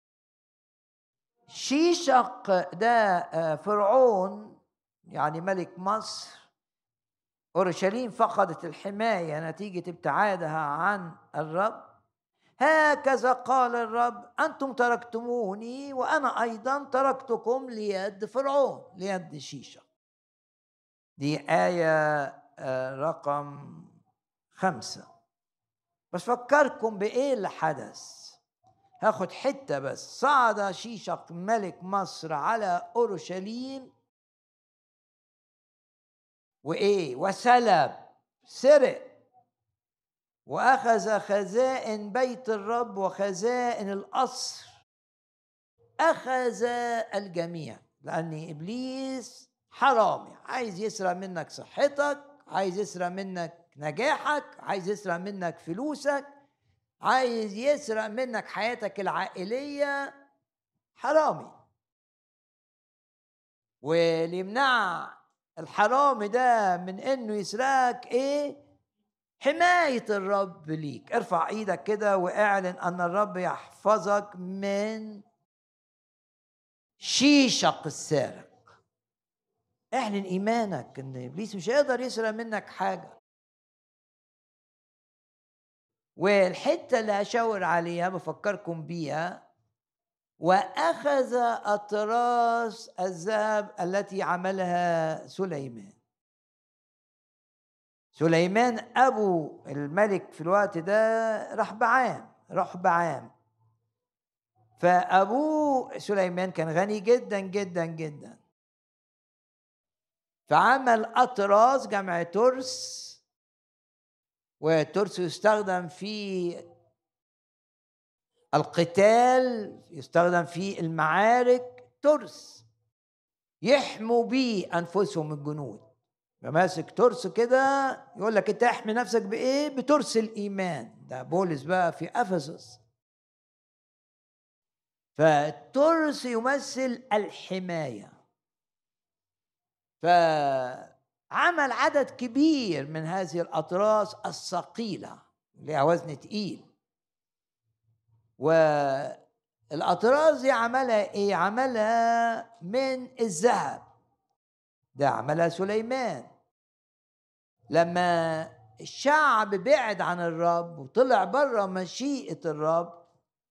شيشق ده فرعون يعني ملك مصر. أورشليم فقدت الحماية نتيجة ابتعادها عن الرب. هكذا قال الرب أنتم تركتموني وأنا أيضا تركتكم ليد فرعون، ليد شيشة. دي آية رقم 5. بس فكركم بإيه اللي حدث. هاخد حتة بس. صعد شيشق ملك مصر على أورشليم وإيه؟ وسلب، سرق، وأخذ خزائن بيت الرب وخزائن القصر. أخذ الجميع، لأن إبليس حرامي، عايز يسرق منك صحتك، عايز يسرق منك نجاحك، عايز يسرق منك فلوسك، عايز يسرق منك حياتك العائلية. حرامي. واللي يمنع الحرامي ده من انه يسرقك ايه؟ حماية الرب ليك. ارفع ايدك كده واعلن ان الرب يحفظك من شيشق السارق. اعلن ايمانك ان ابليس مش هيقدر يسرق منك حاجه. والحته اللي هشاور عليها بفكركم بيها، واخذ اطراس الذهب التي عملها سليمان. سليمان ابو الملك في الوقت ده رحبعام. فابوه سليمان كان غني جدا جدا جدا، فعمل اطراس، جمع ترس، والترس يستخدم في القتال، يستخدم في المعارك. ترس يحموا بيه أنفسهم الجنود. فماسك ترس كده يقول لك انت احمي نفسك بايه؟ بترس الايمان. ده بولس بقى في افسس. فالترس يمثل الحمايه. فعمل عدد كبير من هذه الاطراس الثقيله لها وزن تقيل. والأطراز دي عملها إيه؟ عملها من الذهب. ده عملها سليمان. لما الشعب بعد عن الرب وطلع بره مشيئة الرب،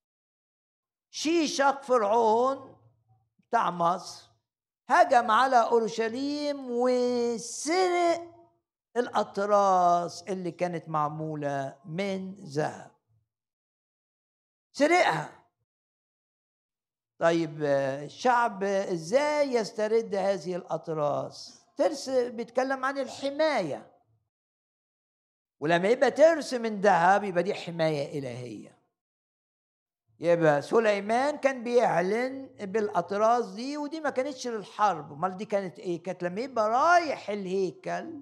شيشق فرعون بتاع مصر هجم على أورشليم وسرق الأطراس اللي كانت معمولة من ذهب، سرقها. طيب الشعب ازاي يسترد هذه الأطراس؟ ترس بيتكلم عن الحماية، ولما يبقى ترس من ذهب يبقى دي حماية إلهية. يبقى سليمان كان بيعلن بالأطراس دي، ودي ما كانتش للحرب، امال دي كانت ايه؟ كانت لما يبقى رايح الهيكل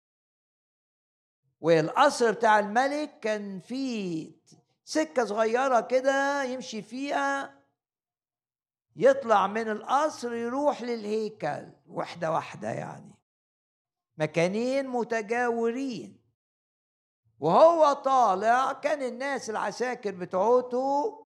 والقصر بتاع الملك كان فيه سكة صغيرة كده يمشي فيها، يطلع من القصر يروح للهيكل واحدة واحدة، يعني مكانين متجاورين. وهو طالع كان الناس العساكر بتوعته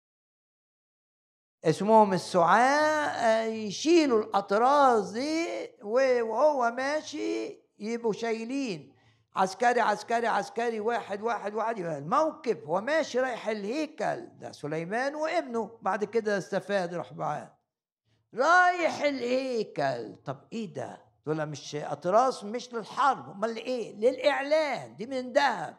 اسمهم السعاة يشيلوا الأطراس دي، وهو ماشي يبقوا شايلين عسكري عسكري عسكري، واحد واحد واحد. الموقف هو ماشي رايح الهيكل، ده سليمان وابنه بعد كده استفاد راح معاه رايح الهيكل. طب ايه ده؟ دول مش أطراس مش للحرب، امال ايه؟ للإعلان، دي من ذهب،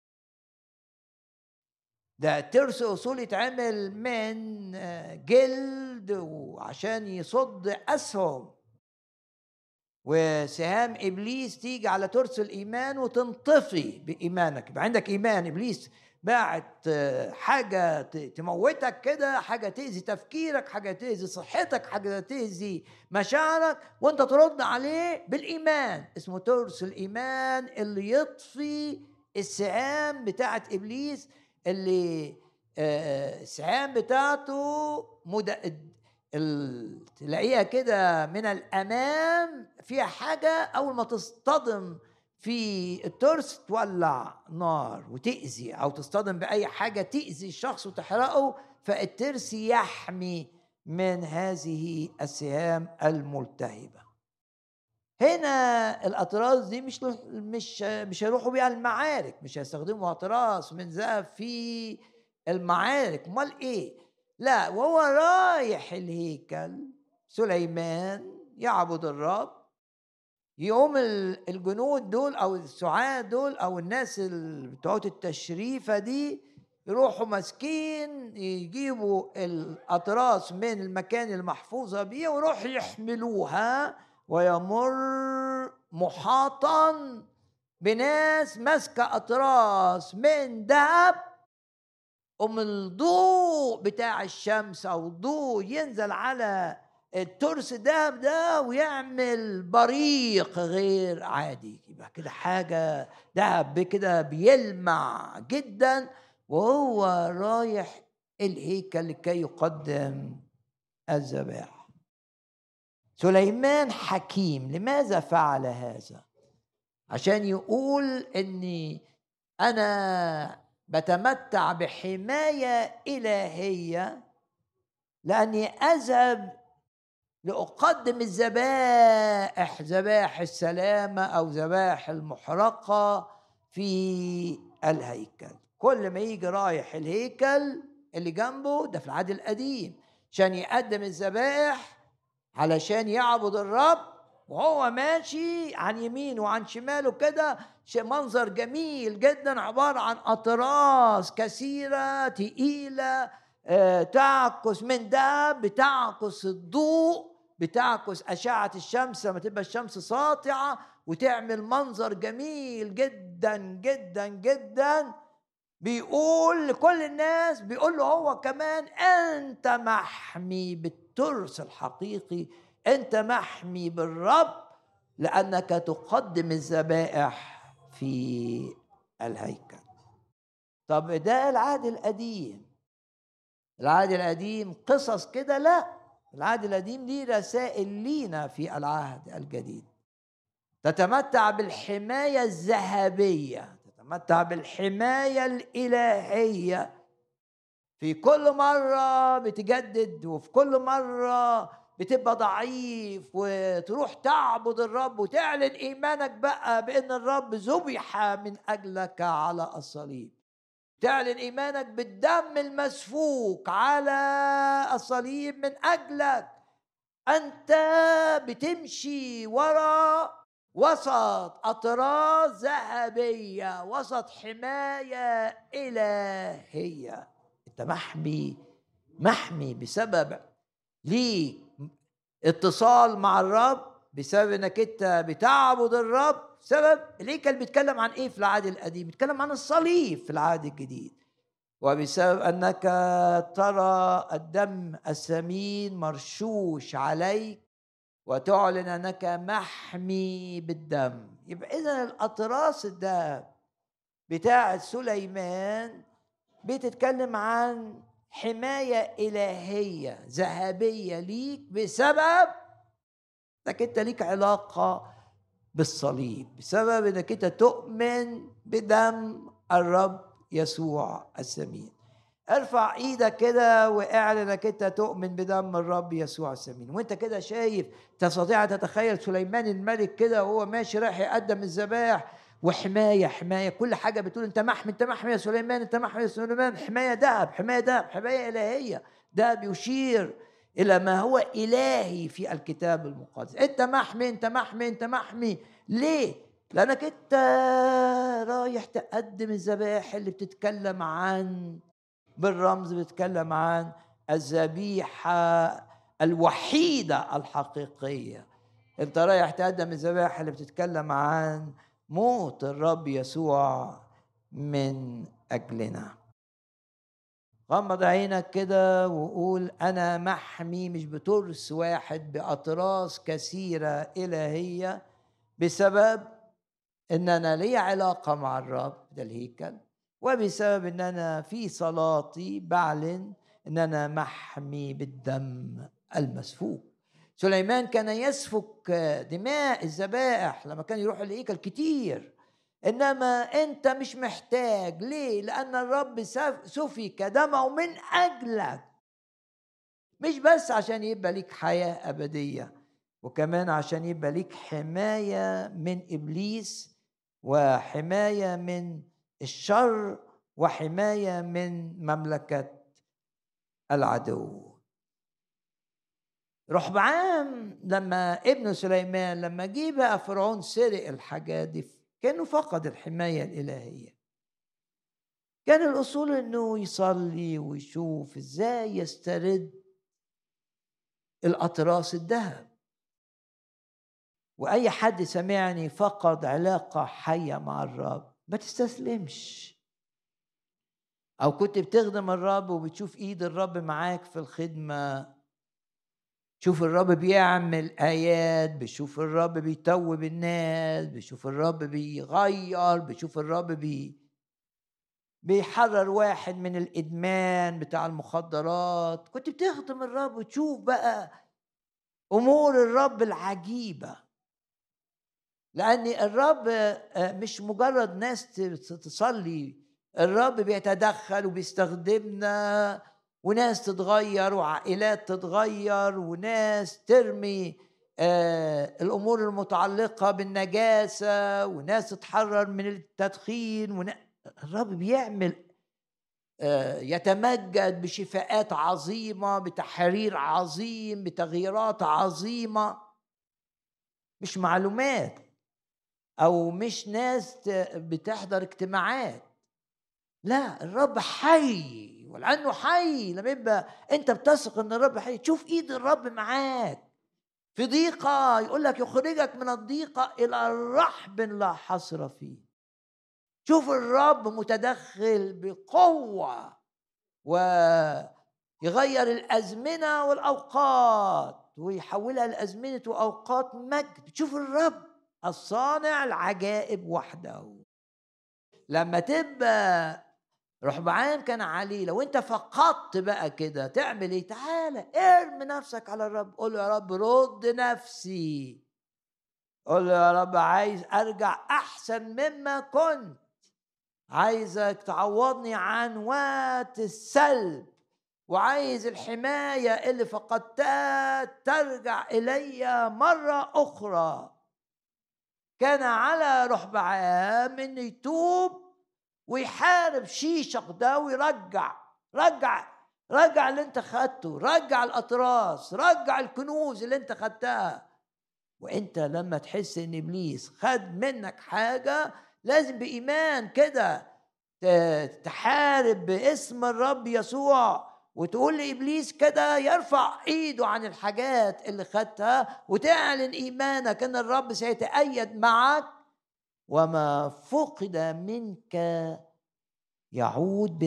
ده ترس اصول يتعمل من جلد وعشان يصد اسهم، وسهام ابليس تيجي على ترس الايمان وتنطفي بايمانك. يبقى عندك ايمان، ابليس باعت حاجه تموتك كده، حاجه تاذي تفكيرك، حاجه تاذي صحتك، حاجه تاذي مشاعرك، وانت ترد عليه بالايمان. اسمه ترس الايمان اللي يطفي السهام بتاعت ابليس، اللي السهام بتاعته تلاقيها كده من الامام فيها حاجه، اول ما تصطدم في الترس تولع نار وتأذي، او تصطدم باي حاجه تأذي الشخص وتحرقه، فالترس يحمي من هذه السهام الملتهبه. هنا الاطراس دي مش هيروحوا بيها المعارك، مش هيستخدموا اطراس من ذهب في المعارك، امال ايه؟ لا، وهو رايح الهيكل سليمان يعبد الرب، يقوم الجنود دول او السعاة دول او الناس بتوع التشريفة دي يروحوا ماسكين يجيبوا الاطراس من المكان المحفوظة بيه ويروح يحملوها، ويمر محاطا بناس ماسكة اطراس من ذهب، الضوء بتاع الشمس او الضوء ينزل على الترس دهب ده ويعمل بريق غير عادي، يبقى كده حاجة دهب كده بيلمع جدا وهو رايح الهيكل لكي يقدم الذبائح. سليمان حكيم، لماذا فعل هذا؟ عشان يقول اني انا بتمتع بحماية إلهية، لأني أذهب لأقدم الذبائح، ذبائح السلامة أو ذبائح المحرقة في الهيكل. كل ما يجي رايح الهيكل اللي جنبه ده في العهد القديم عشان يقدم الذبائح علشان يعبد الرب، وهو ماشي عن يمينه وعن شماله كده منظر جميل جدا، عبارة عن أطراس كثيرة تقيلة تعكس من ده، بتعكس الضوء، بتعكس أشعة الشمس لما تبقى الشمس ساطعة، وتعمل منظر جميل جدا جدا جدا. بيقول لكل الناس، بيقول له هو كمان أنت محمي بالترس الحقيقي، أنت محمي بالرب لأنك تقدم الذبائح في الهيكل. طب ده العهد القديم. العهد القديم قصص كده؟ لا، العهد القديم ليه رسائل لينا في العهد الجديد. تتمتع بالحماية الذهبية، تتمتع بالحماية الإلهية في كل مرة بتجدد، وفي كل مرة بتبقى ضعيف وتروح تعبد الرب وتعلن إيمانك بقى بأن الرب ذبح من أجلك على الصليب، تعلن إيمانك بالدم المسفوك على الصليب من أجلك. أنت بتمشي وسط أطراف ذهبية، وسط حماية إلهية. أنت محمي بسبب ليك اتصال مع الرب، بسبب انك انت بتعبد الرب. سبب ليه كان بيتكلم عن ايه في العهد القديم؟ بيتكلم عن الصليب في العهد الجديد. وبسبب انك ترى الدم الثمين مرشوش عليك وتعلن انك محمي بالدم. يبقى اذا الاطراس الذهب بتاعه سليمان بتتكلم عن حماية إلهية ذهبية ليك بسبب انك انت ليك علاقة بالصليب، بسبب انك انت تؤمن بدم الرب يسوع الثمين. ارفع ايدك كده واعلن انك انت تؤمن بدم الرب يسوع الثمين. وانت كده شايف، تستطيع تتخيل سليمان الملك كده وهو ماشي رايح يقدم الذبائح، وحماية كل حاجة بتقول انت محمي يا سليمان، انت محمي يا سليمان. حماية ذهب، حماية إلهية. ده بيشير إلى ما هو إلهي في الكتاب المقدس. انت محمي. ليه؟ لأنك انت رايح تقدم الذبائح اللي بتتكلم عن، بالرمز بتتكلم عن الذبيحة الوحيدة الحقيقية. انت رايح تقدم الذبائح اللي بتتكلم عن موت الرب يسوع من أجلنا. غمض عينك كده وقول أنا محمي، مش بترس واحد، بأطراس كثيرة إلهية، بسبب إن أنا لي علاقة مع الرب ده الهيكل، وبسبب إن أنا في صلاتي بعلن إن أنا محمي بالدم المسفوك. سليمان كان يسفك دماء الذبائح لما كان يروح الهيكل كتير، إنما أنت مش محتاج. ليه؟ لأن الرب سفك دمه من أجلك، مش بس عشان يبقى ليك حياة أبدية، وكمان عشان يبقى ليك حماية من إبليس، وحماية من الشر، وحماية من مملكة العدو. رحبعام لما ابن سليمان لما جه بقى فرعون سرق الحاجات دي، كانه فقد الحماية الإلهية. كان الأصول إنه يصلي ويشوف إزاي يسترد الأطراس الذهب. وأي حد سمعني فقد علاقة حية مع الرب، ما تستسلمش. أو كنت بتخدم الرب وبتشوف إيد الرب معاك في الخدمة، شوف الرب بيعمل آيات، بشوف الرب بيتوب الناس، بشوف الرب بيغير، بشوف الرب بيحرر واحد من الإدمان بتاع المخدرات. كنت بتخدم الرب وتشوف بقى أمور الرب العجيبة، لأن الرب مش مجرد ناس تصلي، الرب بيتدخل وبيستخدمنا، وناس تتغير وعائلات تتغير، وناس ترمي الأمور المتعلقة بالنجاسة، وناس تتحرر من التدخين. الرب بيعمل يتمجد بشفاءات عظيمة، بتحرير عظيم، بتغييرات عظيمة. مش معلومات أو مش ناس بتحضر اجتماعات، لا، الرب حي. ولأنه حي، لما يبقى أنت بتثق أن الرب حي، تشوف إيد الرب معاك في ضيقة. يقول لك يخرجك من الضيقة إلى الرحب لا حصر فيه. شوف الرب متدخل بقوة ويغير الأزمنة والأوقات ويحولها لأزمنة وأوقات مجد. تشوف الرب الصانع العجائب وحده. لما تبقى رحبعام كان عليه، لو انت فقدت بقى كده تعمل ايه؟ تعالى ارمي نفسك على الرب، قول له يا رب رد نفسي، قول له يا رب عايز ارجع احسن مما كنت، عايزك تعوضني عن وقت السلب وعايز الحماية اللي فقدتها ترجع إلي مرة أخرى. كان على رحبعام إنه يتوب ويحارب شيشق ده ويرجع رجع اللي انت خدته، رجع الأطراس، رجع الكنوز اللي انت خدتها. وانت لما تحس ان إبليس خد منك حاجة لازم بإيمان كده تحارب باسم الرب يسوع وتقول لإبليس كده يرفع ايده عن الحاجات اللي خدتها، وتعلن إيمانك ان الرب سيتأيد معك، وما فقد منك يعود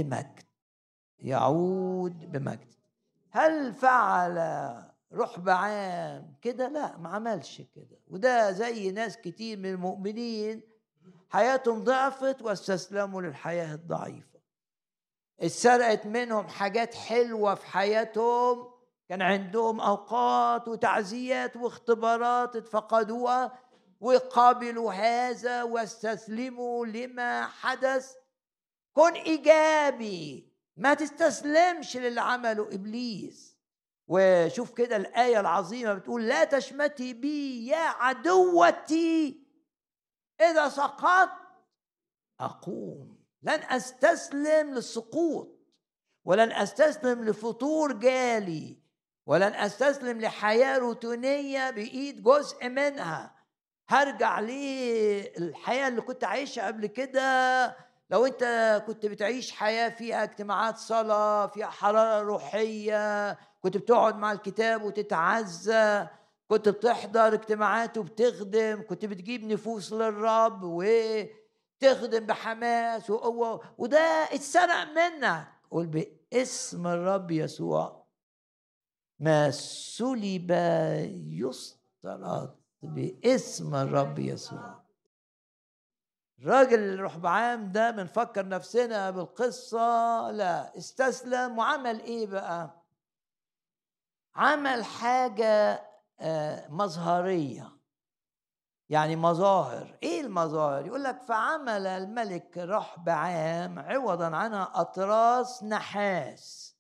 بمجد. هل فعل رحبعام كده؟ لا، ما عملش كده. وده زي ناس كتير من المؤمنين حياتهم ضعفت واستسلموا للحياة الضعيفة. اتسرقت منهم حاجات حلوة في حياتهم، كان عندهم أوقات وتعزيات واختبارات اتفقدوها، وقابلوا هذا واستسلموا لما حدث. كن إيجابي، ما تستسلمش للي عمله إبليس. وشوف كده الآية العظيمة بتقول لا تشمتي بي يا عدوتي، إذا سقطت أقوم. لن أستسلم للسقوط، ولن أستسلم لفتور جالي، ولن أستسلم لحياة روتينية بإيد جزء منها. هرجع للحياة اللي كنت عايشها قبل كده. لو أنت كنت بتعيش حياة فيها اجتماعات صلاة، فيها حرارة روحية، كنت بتقعد مع الكتاب وتتعزى، كنت بتحضر اجتماعات وبتخدم، كنت بتجيب نفوس للرب وتخدم بحماس وقوة، وده اتسرق منك. قول باسم الرب يسوع ما سلب يسطرد، باسم الرب يسوع. الراجل رحبعام ده بنفكر نفسنا بالقصة، لا، استسلم وعمل ايه بقى؟ عمل حاجة مظهرية، يعني مظاهر. ايه المظاهر؟ يقول لك فعمل الملك رحبعام عوضا عنها أطراس نحاس.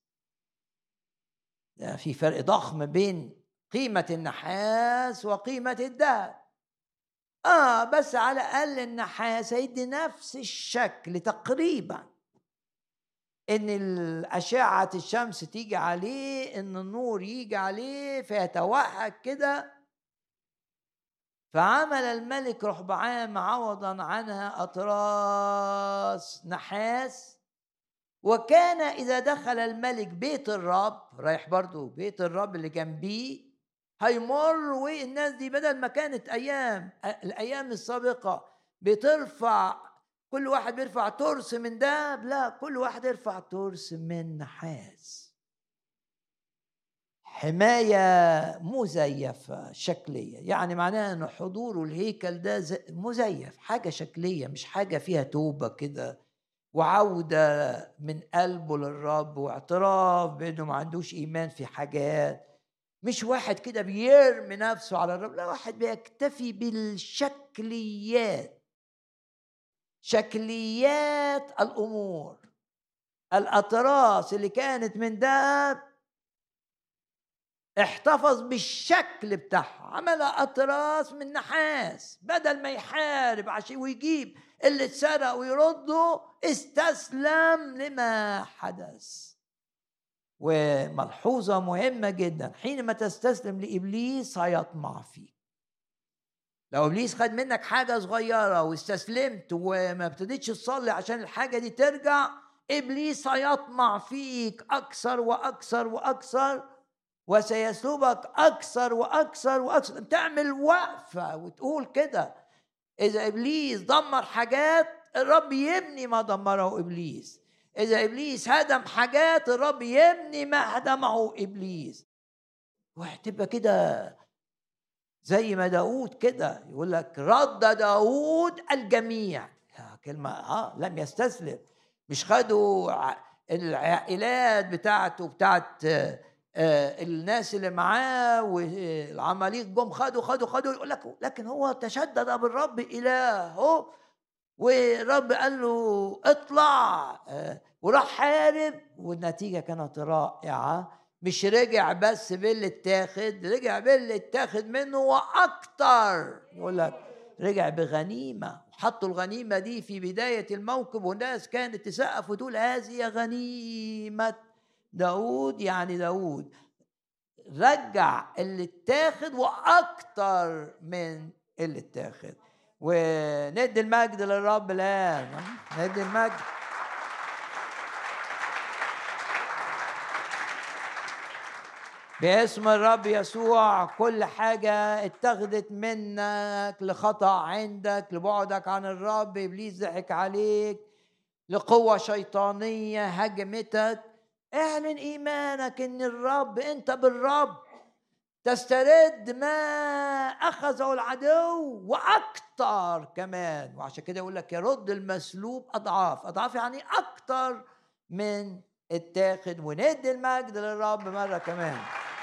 في فرق ضخم بين قيمة النحاس وقيمة الذهب. بس على الأقل النحاس هيدي نفس الشكل تقريبا، إن الأشعة الشمس تيجي عليه، إن النور يجي عليه فيتوهج كده. فعمل الملك رحبعام عوضا عنها أطراس نحاس. وكان إذا دخل الملك بيت الرب، رايح برضو بيت الرب اللي جنبيه، هيمر والناس دي بدل ما كانت الأيام السابقة بترفع، كل واحد بيرفع ترس من دهب، لا، كل واحد يرفع ترس من نحاس. حماية مزيفة شكلية، يعني معناها أن حضوره الهيكل ده مزيف، حاجة شكلية، مش حاجة فيها توبة كده وعودة من قلبه للرب واعتراف بأنه ما عندوش إيمان في حاجات. مش واحد كده بيرمي نفسه على الرب، لا، واحد بيكتفي بالشكليات، شكليات الأمور. الأطراس اللي كانت من ذهب احتفظ بالشكل بتاعها، عمل أطراس من نحاس. بدل ما يحارب عشان ويجيب اللي اتسرق ويرده، استسلم لما حدث. وملحوظة مهمة جدا، حينما تستسلم لإبليس هيطمع فيك. لو إبليس خد منك حاجة صغيرة واستسلمت وما ابتديتش تصلي عشان الحاجة دي ترجع، إبليس هيطمع فيك أكثر وأكثر وأكثر، وسيسلبك أكثر وأكثر وأكثر. تعمل وقفة وتقول كده، إذا إبليس دمر حاجات، الرب يبني ما دمره إبليس. إذا إبليس هدم حاجات، الرب يبني ما هدمه إبليس. وهتبقى كده زي ما داود كده يقول لك رد داود الجميع. كلمة لم يستسلم. مش خدوا العائلات بتاعت الناس اللي معاه والعماليق جم خدوا يقول لك، لكن هو تشدد بالرب إلهه، والرب قال له اطلع وراح حارب، والنتيجة كانت رائعة. مش رجع بس باللي اتاخد، رجع باللي اتاخد منه وأكتر. يقول لك رجع بغنيمة، وحطوا الغنيمة دي في بداية الموكب، والناس كانت تسقف وتقول هذه غنيمة داود. يعني داود رجع اللي اتاخد وأكتر من اللي اتاخد. وندي المجد للرب الآن، ندي المجد. باسم الرب يسوع، كل حاجة اتخذت منك لخطأ عندك، لبعدك عن الرب، إبليس ضحك عليك، لقوة شيطانية هجمتك، اعلن إيمانك إن الرب، أنت بالرب تسترد ما أخذه العدو وأكتر كمان. وعشان كده يقول لك يرد المسلوب أضعاف أضعاف، يعني أكتر من التاخد. وندي المجد للرب مرة كمان.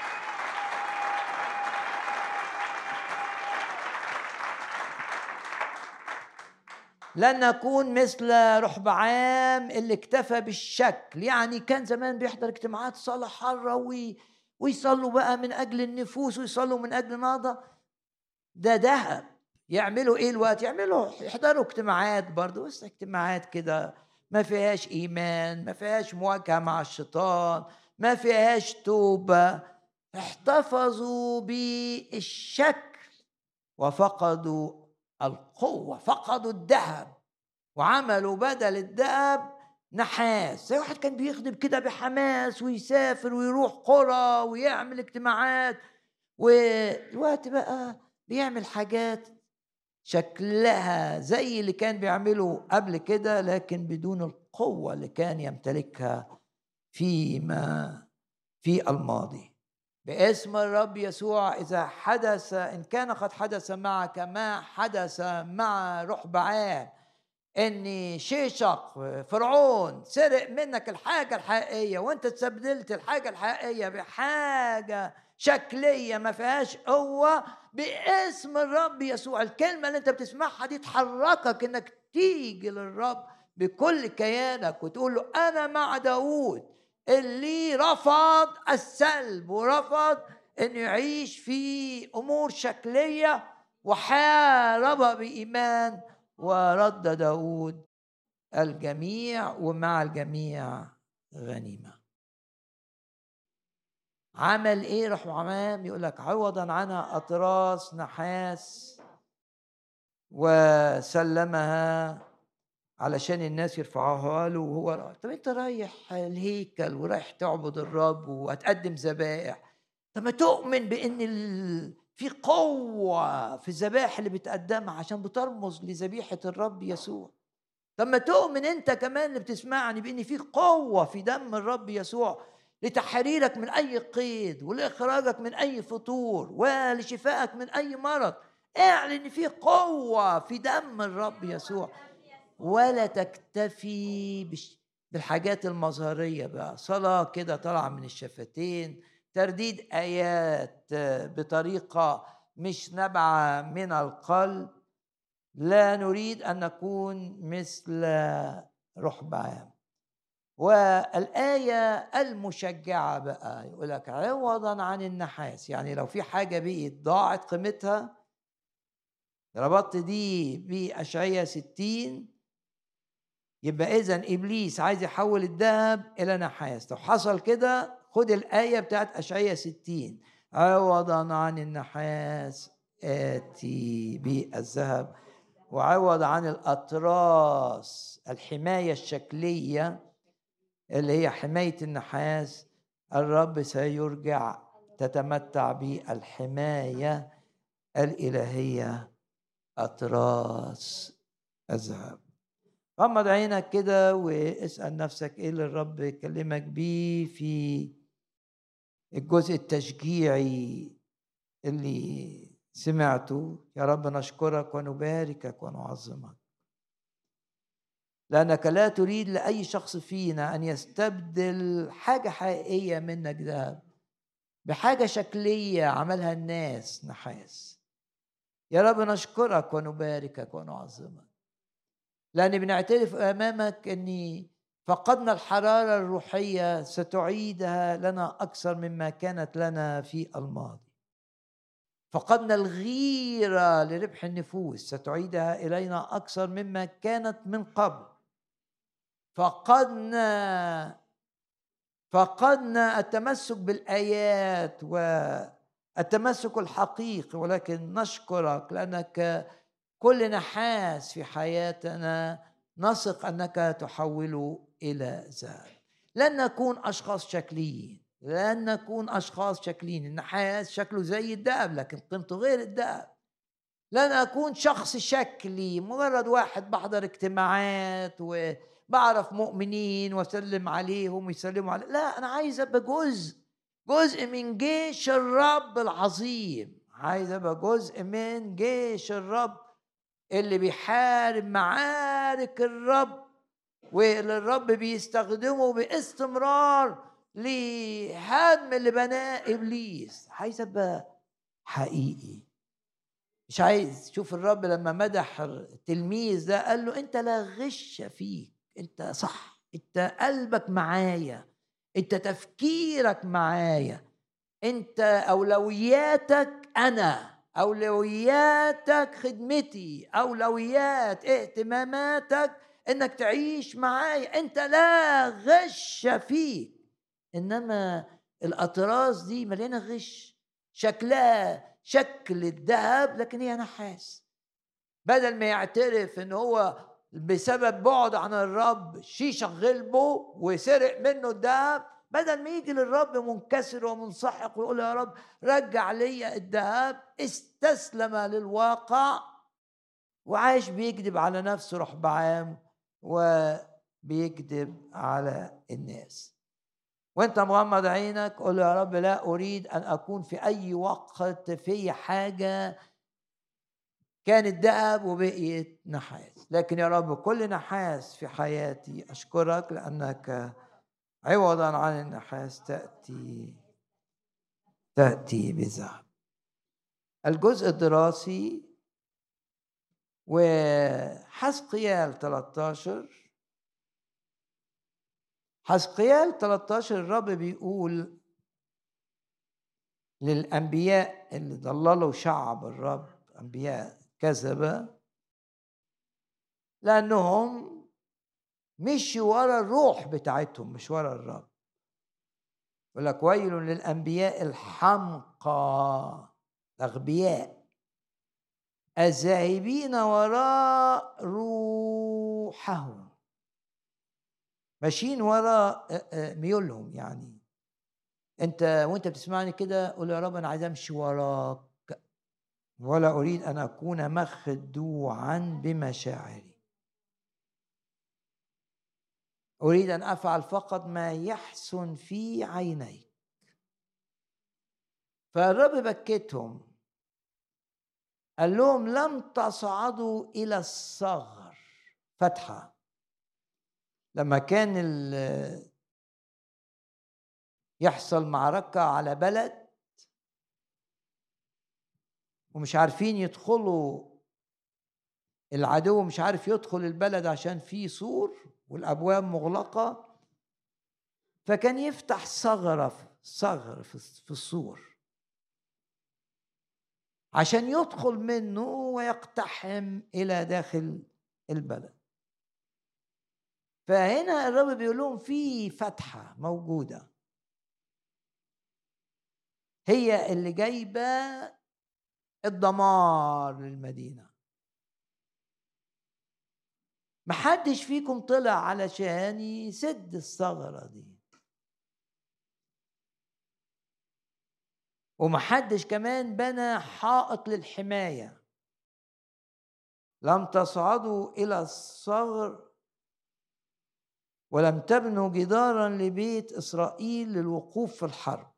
لن نكون مثل رحبعام اللي اكتفى بالشكل. يعني كان زمان بيحضر اجتماعات صلاة حرة ويصلوا بقى من أجل النفوس، ويصلوا من أجل نهضة. ده ذهب. يعملوا ايه الوقت؟ يحضروا اجتماعات برضو، بس اجتماعات كده ما فيهاش ايمان، ما فيهاش مواجهة مع الشيطان، ما فيهاش توبة. احتفظوا بالشكل وفقدوا القوة، فقدوا الذهب، وعملوا بدل الذهب نحاس. زي واحد كان بيخدم كده بحماس، ويسافر ويروح قرى ويعمل اجتماعات، والوقت بقى بيعمل حاجات شكلها زي اللي كان بيعمله قبل كده، لكن بدون القوة اللي كان يمتلكها فيما في الماضي. باسم الرب يسوع، إذا حدث، إن كان قد حدث معك ما حدث مع رحبعام، إن شيشق فرعون سرق منك الحاجة الحقيقية، وأنت استبدلت الحاجة الحقيقية بحاجة شكلية ما فيهاش قوة، باسم الرب يسوع الكلمة اللي أنت بتسمعها دي تحركك إنك تيجي للرب بكل كيانك وتقول له أنا مع داود اللي رفض السلب ورفض انه يعيش في امور شكليه، وحارب بايمان، ورد داود الجميع ومع الجميع غنيمه. عمل ايه رحمام؟ يقول لك عوضا عنها اطراس نحاس وسلمها علشان الناس يرفعوها له وهو رايح. طب انت رايح الهيكل ورايح تعبد الرب وهتقدم ذبائح، طب ما تؤمن بان في قوه في الذبائح اللي بتقدمها عشان بترمز لذبيحه الرب يسوع. طب ما تؤمن انت كمان اللي بتسمعني بان في قوه في دم الرب يسوع لتحريرك من اي قيد، ولاخراجك من اي فطور، ولشفائك من اي مرض. اعلن في قوه في دم الرب يسوع. ولا تكتفي بالحاجات المظهرية بقى، صلاة كده طالعة من الشفتين، ترديد آيات بطريقة مش نابعة من القلب. لا نريد أن نكون مثل رحبعام. والآية المشجعة بقى يقول لك عوضا عن النحاس. يعني لو في حاجة بقت ضاعت قيمتها، ربطت دي بأشعياء 60، يبقى إذن إبليس عايز يحول الذهب إلى نحاس. لو حصل كده خد الآية بتاعت أشعياء 60، عوضا عن النحاس آتي بالذهب، وعوض عن الأطراس الحماية الشكلية اللي هي حماية النحاس، الرب سيرجع تتمتع بالحماية الإلهية، أطراس الذهب. غمض عينك كده واسأل نفسك ايه اللي الرب يكلمك بيه في الجزء التشجيعي اللي سمعته. يا رب نشكرك ونباركك ونعظمك، لأنك لا تريد لأي شخص فينا أن يستبدل حاجة حقيقية منك ذهب بحاجة شكلية عملها الناس نحاس. يا رب نشكرك ونباركك ونعظمك، لأن بنعترف أمامك أن فقدنا الحرارة الروحية ستعيدها لنا أكثر مما كانت لنا في الماضي. فقدنا الغيرة لربح النفوس ستعيدها إلينا أكثر مما كانت من قبل. فقدنا التمسك بالآيات والتمسك الحقيقي، ولكن نشكرك لأنك كل نحاس في حياتنا نثق أنك تحوله إلى ذهب. لن نكون أشخاص شكليين، لن نكون أشخاص شكليين. النحاس شكله زي الذهب لكن قيمته غير الذهب. لن أكون شخص شكلي، مجرد واحد بحضر اجتماعات وبعرف مؤمنين وسلم عليهم ويسلموا علي. لا، أنا عايز أبقى جزء من جيش الرب العظيم. عايز أبقى جزء من جيش الرب اللي بيحارب معارك الرب، واللي الرب بيستخدمه باستمرار لهدم اللي بناه إبليس. عايز أبقى حقيقي. مش عايز. شوف الرب لما مدح التلميذ ده قال له أنت لا غش فيك، أنت صح، أنت قلبك معايا، أنت تفكيرك معايا، أنت أولوياتك أنا، أولوياتك خدمتي، أولويات اهتماماتك إنك تعيش معايا. أنت لا غش فيك. إنما الأطراز دي مليانة غش، شكلها شكل الذهب لكن هي نحاس. بدل ما يعترف إن هو بسبب بعد عن الرب شيشة غلبه وسرق منه الذهب، بدل ما يجي للرب منكسر ومنسحق ويقول يا رب رجع لي الذهب، استسلم للواقع وعايش بيكذب على نفسه رحبعام وبيكذب على الناس. وانت مغمض عينك قول يا رب لا أريد أن أكون في أي وقت في حاجة كانت ذهب وبقيت نحاس، لكن يا رب كل نحاس في حياتي أشكرك لأنك عوضا عن النحاس تأتي بذهب. الجزء الدراسي وحزقيال 13. حزقيال 13 الرب بيقول للأنبياء اللي ضللوا شعب الرب، أنبياء كذبة، لأنهم مشوا ورا الروح بتاعتهم مش ورا الرب. يقول لك ويل للأنبياء الحمقى الأغبياء الذاهبين وراء روحهم، ماشيين وراء ميولهم. يعني انت وانت بتسمعني كده قول يا رب انا عايز امشي وراك ولا اريد ان اكون مخدوعا بمشاعري. اريد ان افعل فقط ما يحسن في عينيك. فالرب بكتهم قال لهم لم تصعدوا الى الصغر. فتحه لما كان يحصل معركة على بلد ومش عارفين يدخلوا، العدو مش عارف يدخل البلد عشان فيه سور والأبواب مغلقة، فكان يفتح ثغر في السور عشان يدخل منه ويقتحم إلى داخل البلد. فهنا الرب بيقول لهم في فتحة موجودة هي اللي جايبة الدمار للمدينة. محدش فيكم طلع علشان يسد الثغرة دي، ومحدش كمان بنى حائط للحماية. لم تصعدوا إلى الثغر ولم تبنوا جدارا لبيت إسرائيل للوقوف في الحرب.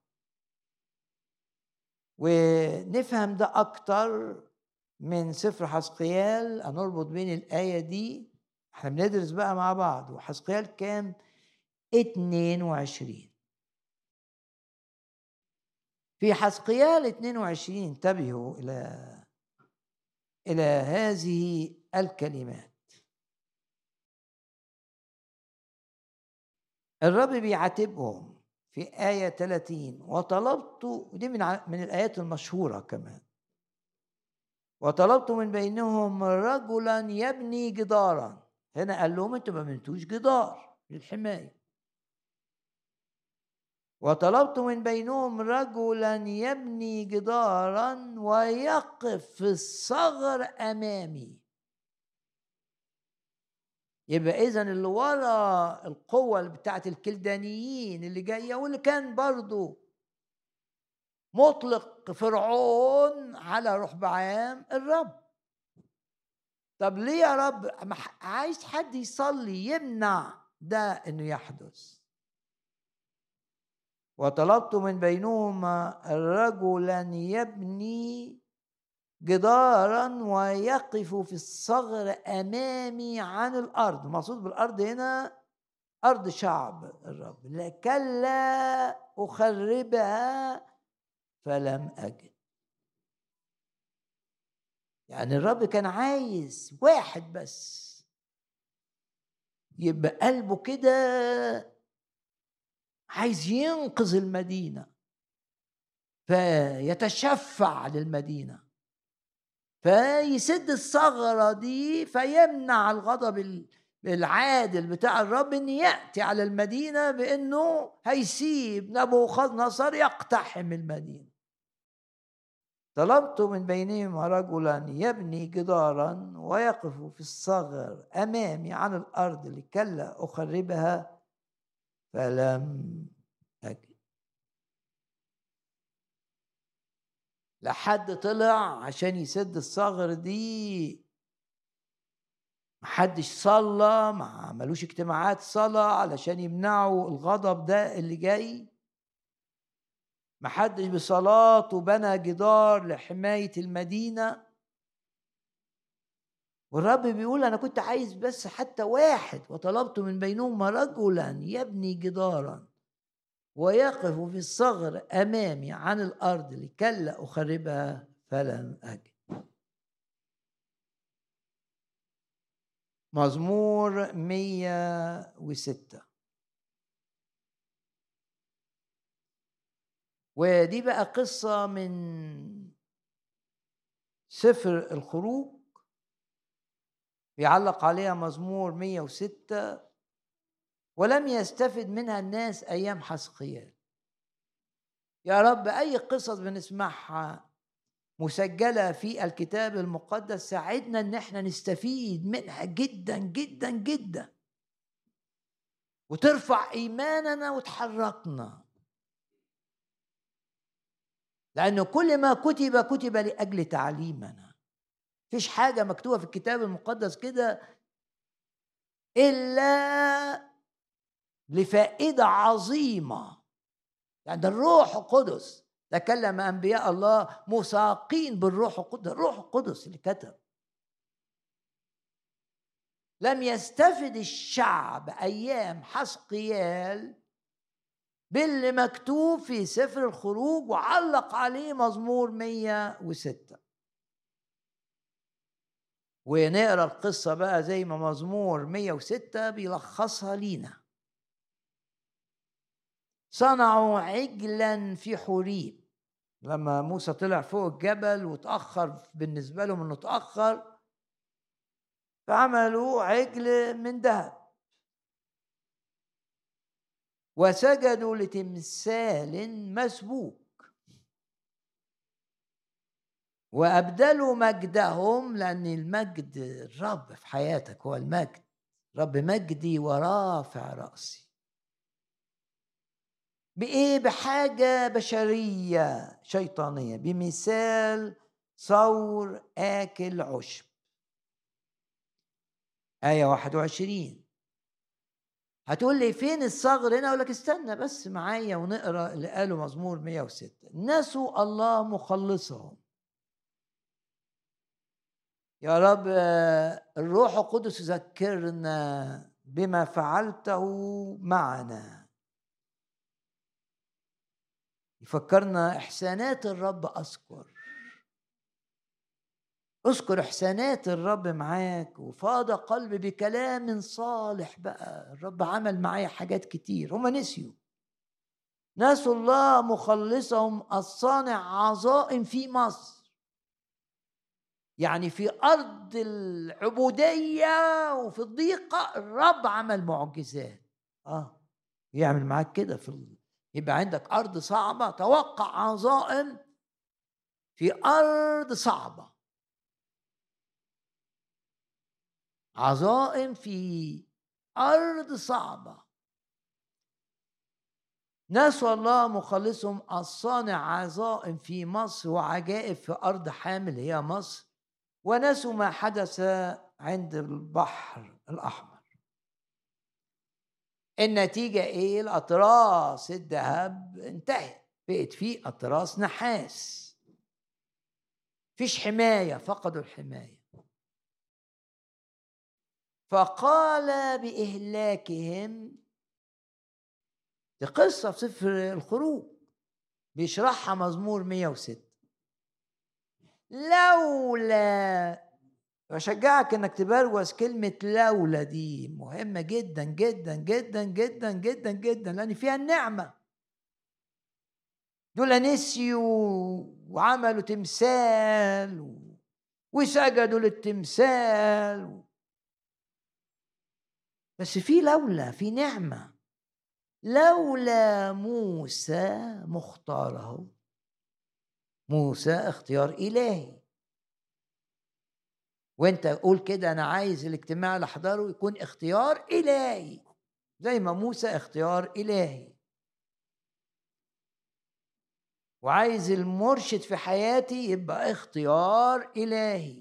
ونفهم ده أكتر من سفر حزقيال، هنربط بين الآية دي، احنا بندرس بقى مع بعض. وحزقيال كام 22. في حزقيال 22 انتبهوا إلى هذه الكلمات. الرب بيعاتبهم في آية 30 وطلبت، ودي من الآيات المشهورة كمان، وطلبت من بينهم رجلا يبني جدارا. هنا قال لهم انتوا ما بنيتوش جدار للحماية. وطلبت من بينهم رجلا يبني جدارا ويقف في الثغر أمامي. يبقى إذن اللي ورا القوة بتاعت الكلدانيين اللي جاية، واللي كان برضو مطلق فرعون على رحبعام الرب. طب ليه يا رب عايز حد يصلي يمنع ده انه يحدث؟ وطلبت من بينهما رجلا يبني جدارا ويقف في الثغر امامي عن الارض. المقصود بالارض هنا ارض شعب الرب. لكلا اخربها فلم اجد. يعني الرب كان عايز واحد بس يبقى قلبه كده عايز ينقذ المدينة، فيتشفع للمدينة، فيسد الثغرة دي، فيمنع الغضب العادل بتاع الرب ان يأتي على المدينة، بانه هيسيب نبوخذ نصر يقتحم المدينة. طلبت من بينهم رجلا يبني جدارا ويقف في الثغر أمامي عن الأرض لكلا أخربها فلم أجد. لحد طلع عشان يسد الثغر دي، محدش صلى، ما عملوش اجتماعات صلاة علشان يمنعوا الغضب ده اللي جاي. محدش بصلاته بنى جدار لحماية المدينة. والرب بيقول أنا كنت عايز بس حتى واحد. وطلبت من بينهم رجلا يبني جدارا ويقف في الثغر أمامي عن الأرض لكلا أخربها فلم أجد. مزمور 106. ودي بقى قصة من سفر الخروج بيعلق عليها مزمور 106. ولم يستفد منها الناس أيام حسقيال. يا رب أي قصص بنسمعها مسجلة في الكتاب المقدس ساعدنا ان احنا نستفيد منها جدا جدا جدا، وترفع ايماننا وتحركنا. لأنه كل ما كتب لأجل تعليمنا. فيش حاجة مكتوبة في الكتاب المقدس كده إلا لفائدة عظيمة. يعني ده الروح القدس تكلم أنبياء الله مساقين بالروح القدس. الروح القدس اللي كتب. لم يستفد الشعب أيام حسقيال باللي مكتوب في سفر الخروج وعلق عليه مزمور 106. ونقرأ القصة بقى زي ما مزمور 106 بيلخصها لينا. صنعوا عجلا في حوريب. لما موسى طلع فوق الجبل وتأخر بالنسبة لهم انه تأخر، فعملوا عجل من ذهب وسجدوا لتمثال مسبوك وأبدلوا مجدهم. لأن المجد الرب في حياتك هو المجد. رب مجدي ورافع رأسي. بإيه؟ بحاجة بشرية شيطانية، بمثال ثور آكل عشب. آية 21. هتقول لي فين الثغر هنا؟ أقول لك استنى بس معايا ونقرأ اللي قاله مزمور 106. نسوا الله مخلصهم. يا رب الروح القدس ذكرنا بما فعلته معنا، يفكرنا إحسانات الرب. أذكر اذكر إحسانات الرب معاك، وفاض قلبي بكلام صالح. بقى الرب عمل معايا حاجات كتير، هما نسوا الله مخلصهم الصانع عظائم في مصر. يعني في أرض العبودية وفي الضيقة الرب عمل معجزات. يعمل معاك كده يبقى عندك أرض صعبة، توقع عظائم في أرض صعبة. عظائم في أرض صعبة. نسوا الله مخلصهم الصانع عظائم في مصر وعجائب في أرض حامل هي مصر، ونسوا ما حدث عند البحر الأحمر. النتيجة إيه؟ الأطراس الذهب انتهت، بقت فيه أطراس نحاس. فيش حماية، فقدوا الحماية. فقال بإهلاكهم. دي قصة في سفر الخروج بيشرحها مزمور 106. لولا، بشجعك انك تبروز كلمة لولا، دي مهمة جدا جدا جدا جدا جدا جدا، لأن فيها النعمة. دول نسيوا وعملوا تمثال وسجدوا للتمثال، بس في لولا، في نعمة. لولا موسى مختاره. موسى اختيار إلهي. وانت قول كده: انا عايز الاجتماع اللي احضره يكون اختيار إلهي، زي ما موسى اختيار إلهي. وعايز المرشد في حياتي يبقى اختيار إلهي.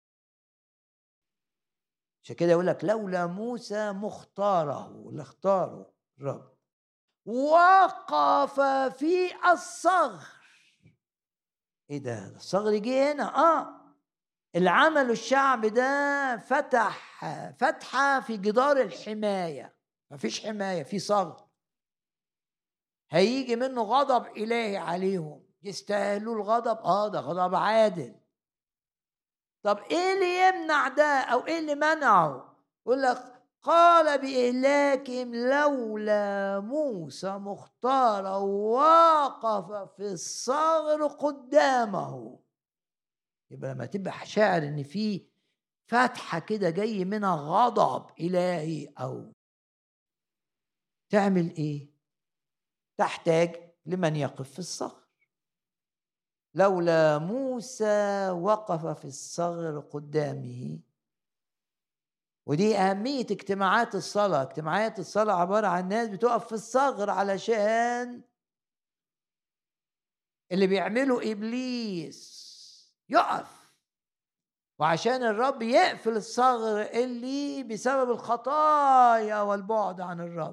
عشان كده يقول لك لولا موسى مختاره، اللي اختاره الرب، وقف في الصغر. ايه ده الصغر جه هنا؟ اللي عمله الشعب ده فتح فتحة في جدار الحماية. مفيش حماية، في صغر هيجي منه غضب إلهي عليهم. يستاهلوا الغضب؟ ده غضب عادل. طب ايه اللي يمنع ده او ايه اللي منعه؟ يقول لك قال بإهلاكهم لولا موسى مختار وقف في الصغر قدامه. يبقى لما تبقى شاعر ان في فتحة كده جاي منها غضب إلهي، او تعمل ايه؟ تحتاج لمن يقف في الصغر. لولا موسى وقف في الصغر قدامه. ودي أهمية اجتماعات الصلاة. اجتماعات الصلاة عبارة عن ناس بتقف في الصغر علشان اللي بيعمله إبليس يقف، وعشان الرب يقفل الصغر اللي بسبب الخطايا والبعد عن الرب.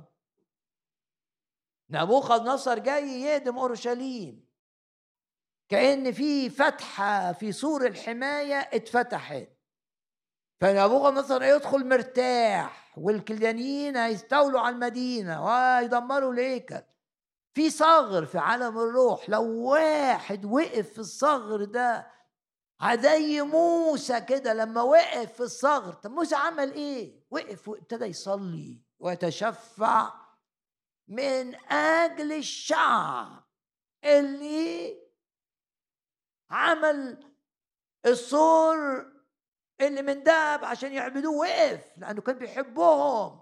نبوخذ نصر جاي يهدم أورشليم، كأن في فتحة في سور الحماية اتفتحت، فنبوخذ نصر يدخل مرتاح، والكلدانيين هيستولوا على المدينة ويدمروا الهيكل. في صغر في عالم الروح. لو واحد وقف في الصغر ده زي موسى كده، لما وقف في الصغر، طب موسى عمل ايه؟ وقف وابتدى يصلي ويتشفع من اجل الشعب اللي عمل السور اللي من دهب عشان يعبدوه. وقف لانه كان بيحبهم،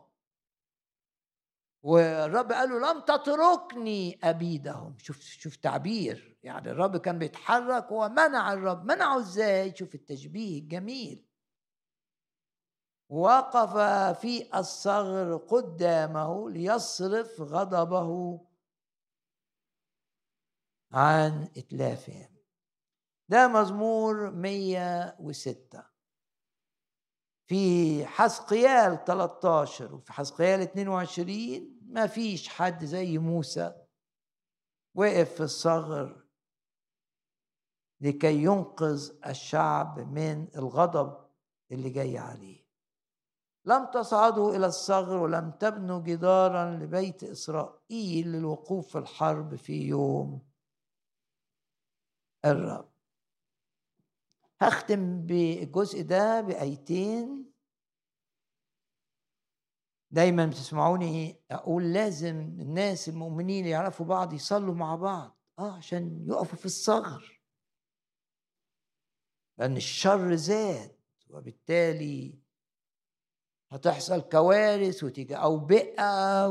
والرب قال له لم تتركني أبيدهم. شوف تعبير، يعني الرب كان بيتحرك ومنع. الرب منعه ازاي؟ شوف التشبيه الجميل. وقف في الصغر قدامه ليصرف غضبه عن إتلافهم. ده مزمور 106. في حزقيال 13 وفي حزقيال 22 ما فيش حد زي موسى وقف في الصغر لكي ينقذ الشعب من الغضب اللي جاي عليه. لم تصعدوا إلى الصغر ولم تبنوا جدارا لبيت إسرائيل للوقوف في الحرب في يوم الرب. هختم بالجزء ده بآيتين. دايما بتسمعوني أقول لازم الناس المؤمنين يعرفوا بعض يصلوا مع بعض عشان يقفوا في الثغر، لأن الشر زاد وبالتالي هتحصل كوارث وتيجي أوبئة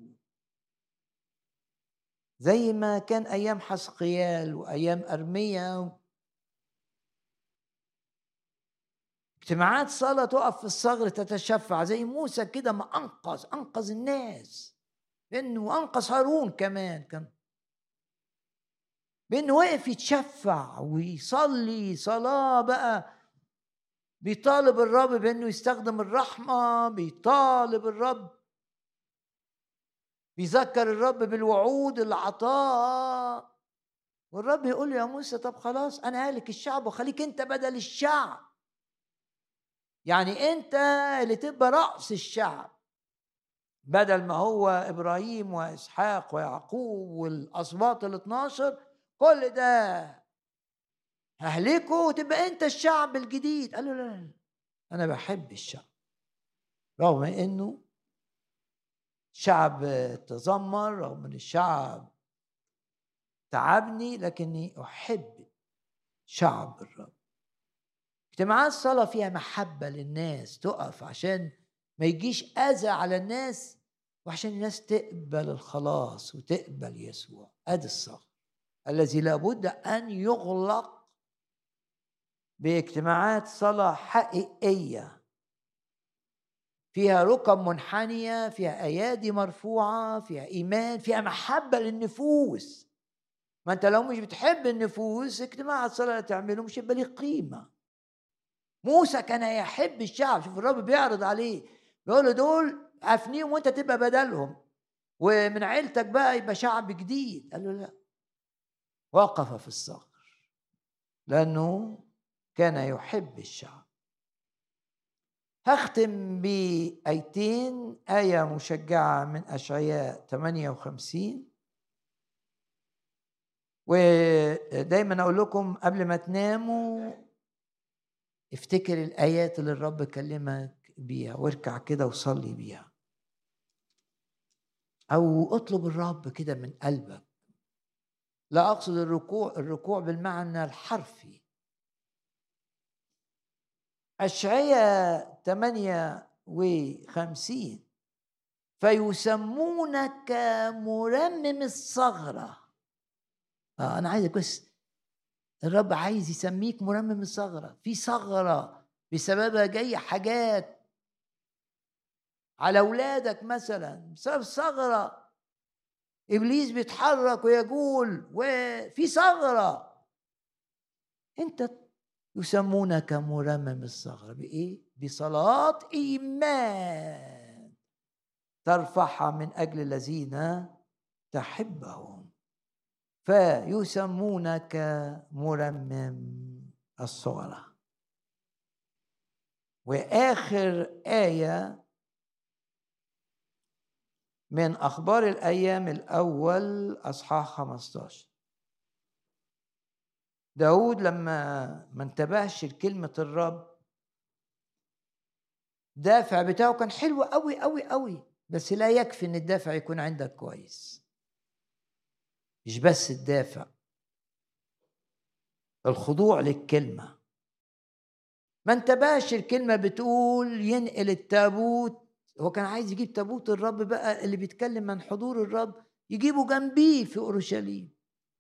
زي ما كان أيام حسقيال وأيام أرميا. اجتماعات صلاة تقف في الثغر تتشفع زي موسى كده، ما أنقذ الناس، بأنه أنقذ هارون كمان، كان بأنه وقف يتشفع ويصلي صلاة بقى، بيطالب الرب بأنه يستخدم الرحمة، بيطالب الرب، بيذكر الرب بالوعود اللي عطاها. والرب يقول له يا موسى طب خلاص أنا هالك الشعب وخليك أنت بدل الشعب، يعني أنت اللي تبقى رأس الشعب، بدل ما هو إبراهيم وإسحاق ويعقوب والأسباط ال12 كل ده ههلكه وتبقى أنت الشعب الجديد. قال له لا، أنا بحب الشعب رغم أنه شعب تذمر، رغم أن الشعب تعبني، لكني أحب شعب الرب. اجتماعات الصلاة فيها محبة للناس، تقف عشان ما يجيش أذى على الناس وعشان الناس تقبل الخلاص وتقبل يسوع. ادي الصغر الذي لابد ان يغلق باجتماعات صلاة حقيقية فيها ركب منحنية، فيها ايادي مرفوعة، فيها ايمان، فيها محبة للنفوس. ما انت لو مش بتحب النفوس اجتماع الصلاة اللي تعمله مش هيبقى ليه قيمة. موسى كان يحب الشعب، شوف الرب بيعرض عليه بيقول له دول افنيهم وانت تبقى بدلهم ومن عيلتك بقى يبقى شعب جديد. قال له لا، وقف في الصخر لأنه كان يحب الشعب. هختم بآيتين، آية مشجعة من أشعياء 58. ودايما أقول لكم قبل ما تناموا افتكر الآيات اللي الرب كلمك بيها واركع كده وصلي بيها، أو اطلب الرب كده من قلبك. لا أقصد الركوع بالمعنى الحرفي. أشعياء 58 فيسمونك مرمم الثغرة. أنا عايزك بس، الرب عايز يسميك مرمم الثغرة. في ثغرة بسببها جاي حاجات على أولادك مثلا، بسبب ثغرة إبليس بيتحرك ويقول، وفي ثغرة أنت يسمونك مرمم الثغرة. بإيه؟ بصلاة إيمان ترفعها من أجل الذين تحبهم، فيسمونك مرمم الصغرى. وآخر آية من أخبار الأيام الأول أصحاح 15. داود لما ما انتبهش لكلمة الرب، الدافع بتاعه كان حلو قوي قوي قوي، بس لا يكفي ان الدافع يكون عندك كويس. مش بس الدافع، الخضوع للكلمة. ما انتبهش الكلمة بتقول ينقل التابوت. هو كان عايز يجيب تابوت الرب بقى اللي بيتكلم عن حضور الرب يجيبه جنبيه في أورشليم،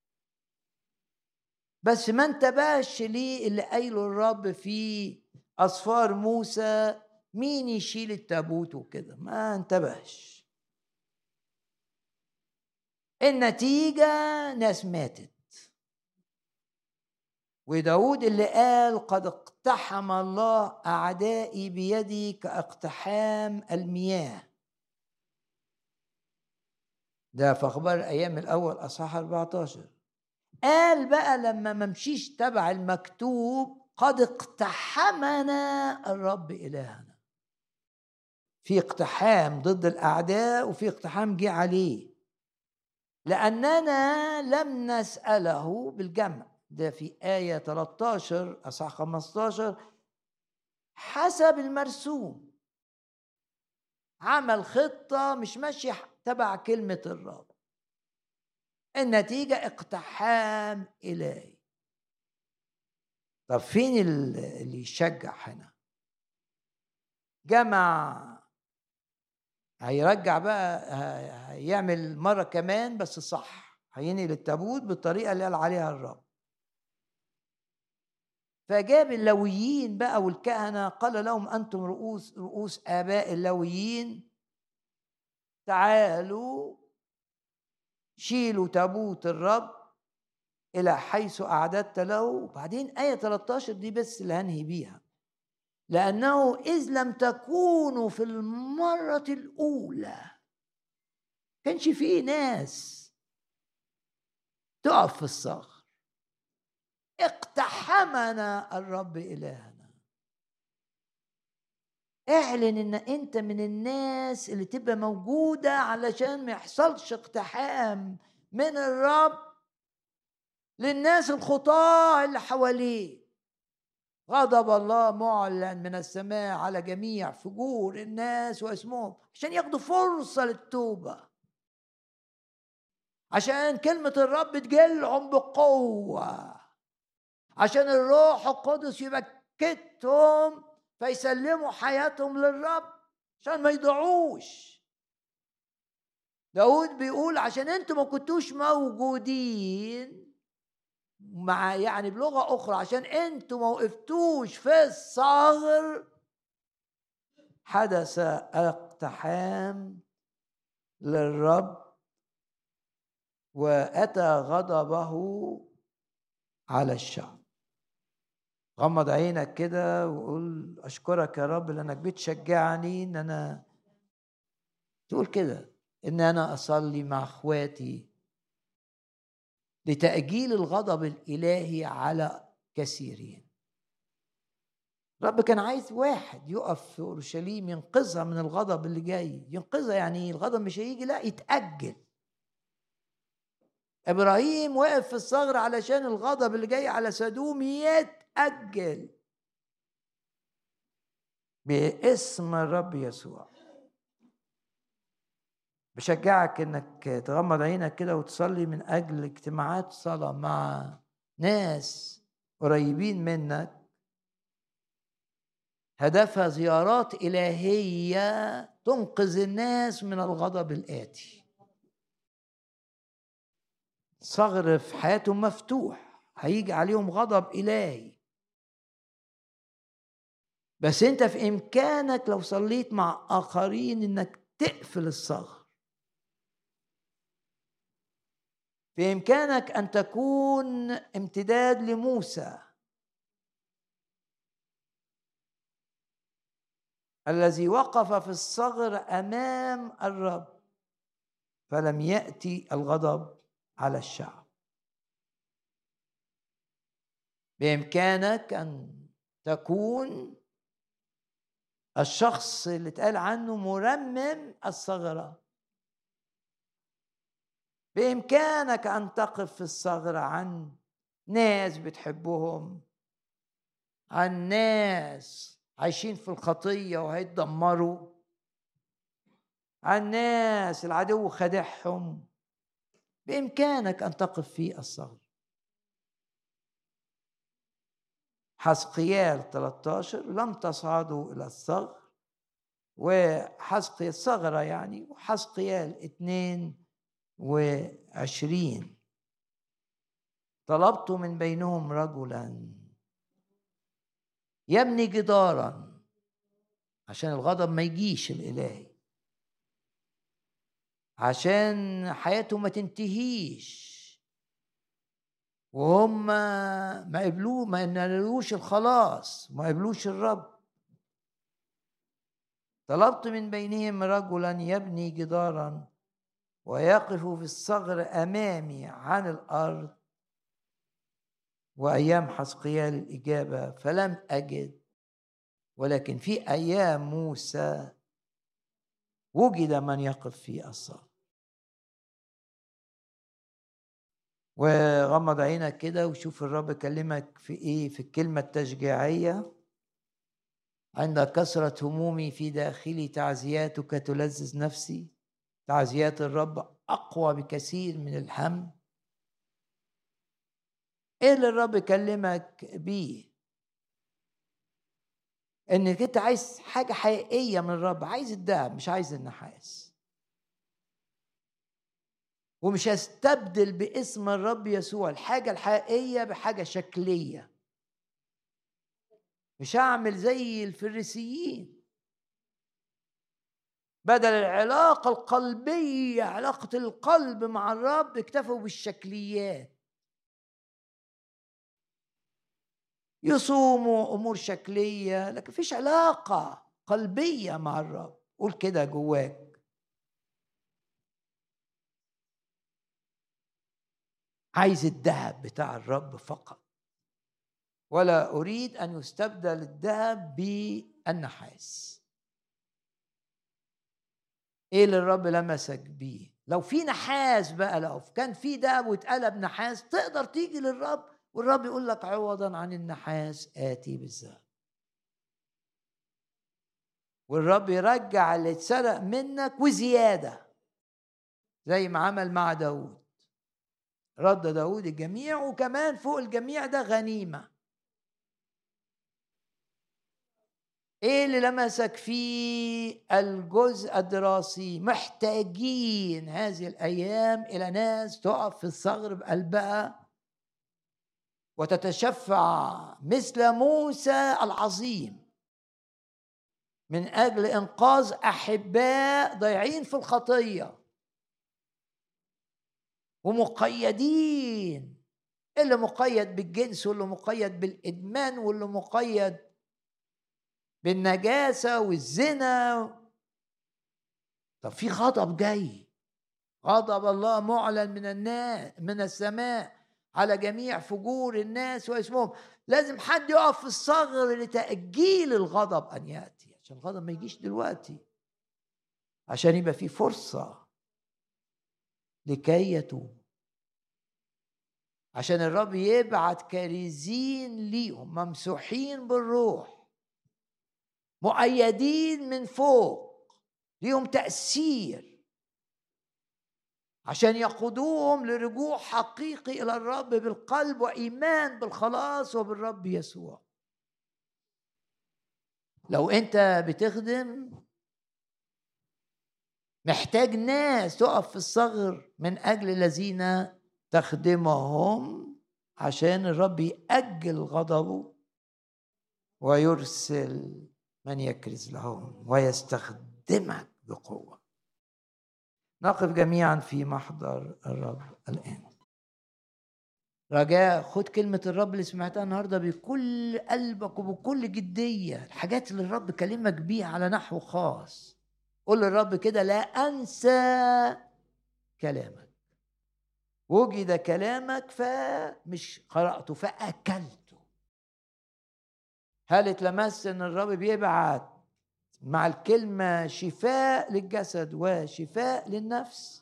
بس ما انتبهش ليه اللي قايله الرب في أسفار موسى مين يشيل التابوت وكده. ما انتبهش. النتيجة ناس ماتت. وداود اللي قال قد اقتحم الله أعدائي بيدي كاقتحام المياه، ده في أخبار الأيام الأول أصحاح 14. قال بقى لما ممشيش تبع المكتوب قد اقتحمنا الرب إلهنا. في اقتحام ضد الأعداء وفي اقتحام جه عليه، لأننا لم نسأله بالجمع. ده في آية 13 أصحاح 15. حسب المرسوم عمل خطة مش ماشية تبع كلمة الرب، النتيجة اقتحام إلهي. طب فين اللي يشجع هنا؟ جمع، هيرجع بقى، هيعمل مرة كمان بس صح، هينقل التابوت بالطريقة اللي قال عليها الرب. فجاب اللويين بقى والكهنة، قال لهم أنتم رؤوس آباء اللويين، تعالوا شيلوا تابوت الرب إلى حيث أعددت له. وبعدين آية 13 دي بس اللي هنهي بيها، لأنه إذ لم تكونوا في المرة الأولى، كانش فيه ناس تقف في الصخر، اقتحمنا الرب إلهنا. اعلن ان انت من الناس اللي تبقى موجودة علشان ما يحصلش اقتحام من الرب للناس الخطاة اللي حواليه. غضب الله معلن من السماء على جميع فجور الناس واسمهم، عشان ياخدوا فرصة للتوبة، عشان كلمة الرب تجيلهم بقوة، عشان الروح القدس يبكتهم فيسلموا حياتهم للرب عشان ما يضيعوش. داود بيقول عشان انتوا ما كنتوش موجودين مع، يعني بلغة أخرى، عشان انتوا ما وقفتوش في الصغر حدث اقتحام للرب وأتى غضبه على الشعب. غمض عينك كده وقول أشكرك يا رب لأنك بتشجعني إن أنا تقول كده، إن أنا أصلي مع أخواتي لتأجيل الغضب الإلهي على كثيرين. رب كان عايز واحد يقف في أورشليم ينقذها من الغضب اللي جاي. ينقذها يعني الغضب مش هيجي، لا، يتأجل. إبراهيم وقف في الثغر علشان الغضب اللي جاي على سدوم يتأجل باسم الرب يسوع. بشجعك انك تغمض عينك كده وتصلي من اجل اجتماعات صلاة مع ناس قريبين منك هدفها زيارات إلهية تنقذ الناس من الغضب الآتي. ثغر في حياتهم مفتوح، هيجي عليهم غضب إلهي، بس انت في إمكانك لو صليت مع آخرين انك تقفل الثغر. في إمكانك أن تكون امتداد لموسى الذي وقف في الثغر أمام الرب فلم يأتي الغضب على الشعب. بإمكانك أن تكون الشخص اللي اتقال عنه مرمم الثغرة. بإمكانك أن تقف في الثغرة عن ناس بتحبهم، عن ناس عايشين في الخطية وهيتدمروا، عن ناس العدو خدعهم. بإمكانك أن تقف في الثغر. حزقيال 13 لم تصعدوا إلى الثغر، وحزقيال الثغرة يعني، وحزقيال 22 طلبت من بينهم رجلا يبني جدارا عشان الغضب ما يجيش الإلهي، عشان حياتهم ما تنتهيش وهم ما نالوش الخلاص، ما قبلوش الرب. طلبت من بينهم رجلا يبني جدارا ويقف في الثغر أمامي عن الأرض. وأيام حزقيال الإجابة فلم أجد، ولكن في أيام موسى وجد من يقف في الثغر. وغمض عينك كده وشوف الرب كلمك في ايه في الكلمة التشجيعية. عند كثرة همومي في داخلي تعزياتك تلذذ نفسي. تعزيات الرب أقوى بكثير من الحمل. ايه اللي الرب كلمك بيه؟ انك انت عايز حاجة حقيقية من الرب، عايز الذهب مش عايز النحاس. ومش هستبدل باسم الرب يسوع الحاجة الحقيقية بحاجة شكلية. مش هعمل زي الفريسيين، بدل العلاقة القلبية علاقة القلب مع الرب اكتفوا بالشكليات. يصوموا أمور شكلية لكن فيش علاقة قلبية مع الرب. قول كده جواك، عايز الذهب بتاع الرب فقط، ولا أريد أن يستبدل الذهب بالنحاس. إيه اللي الرب لمسك بيه؟ لو في نحاس بقى، لو كان في ذهب واتقلب نحاس، تقدر تيجي للرب والرب يقول لك عوضا عن النحاس آتي بالذهب. والرب يرجع اللي اتسرق منك وزيادة، زي ما عمل مع داود. رد داود الجميع، وكمان فوق الجميع ده غنيمة. ايه اللي لمسك في الجزء الدراسي؟ محتاجين هذه الايام الى ناس تقف في الثغر بقلبها وتتشفع مثل موسى العظيم من اجل انقاذ احباء ضايعين في الخطيه ومقيدين. اللي مقيد بالجنس، واللي مقيد بالادمان، واللي مقيد بالنجاسه والزنا. طب في غضب جاي، غضب الله معلن من السماء على جميع فجور الناس واسمهم. لازم حد يقف في الثغر لتأجيل الغضب أن يأتي، عشان الغضب ما يجيش دلوقتي، عشان يبقى في فرصة لكي يتوب، عشان الرب يبعت كارزين ليهم ممسوحين بالروح مؤيدين من فوق ليهم تأثير، عشان يقودوهم لرجوع حقيقي إلى الرب بالقلب وإيمان بالخلاص وبالرب يسوع. لو أنت بتخدم محتاج ناس تقف في الثغر من أجل الذين تخدمهم، عشان الرب يأجل غضبه ويرسل من يكرز لهم ويستخدمك بقوة. نقف جميعا في محضر الرب الآن. رجاء خد كلمة الرب اللي سمعتها النهاردة بكل قلبك وبكل جدية. الحاجات اللي الرب كلمك بيها على نحو خاص، قول للرب كده: لا أنسى كلامك. وجد كلامك فمش قرأته فأكلته. هل اتلمست ان الرب بيبعت مع الكلمة شفاء للجسد وشفاء للنفس؟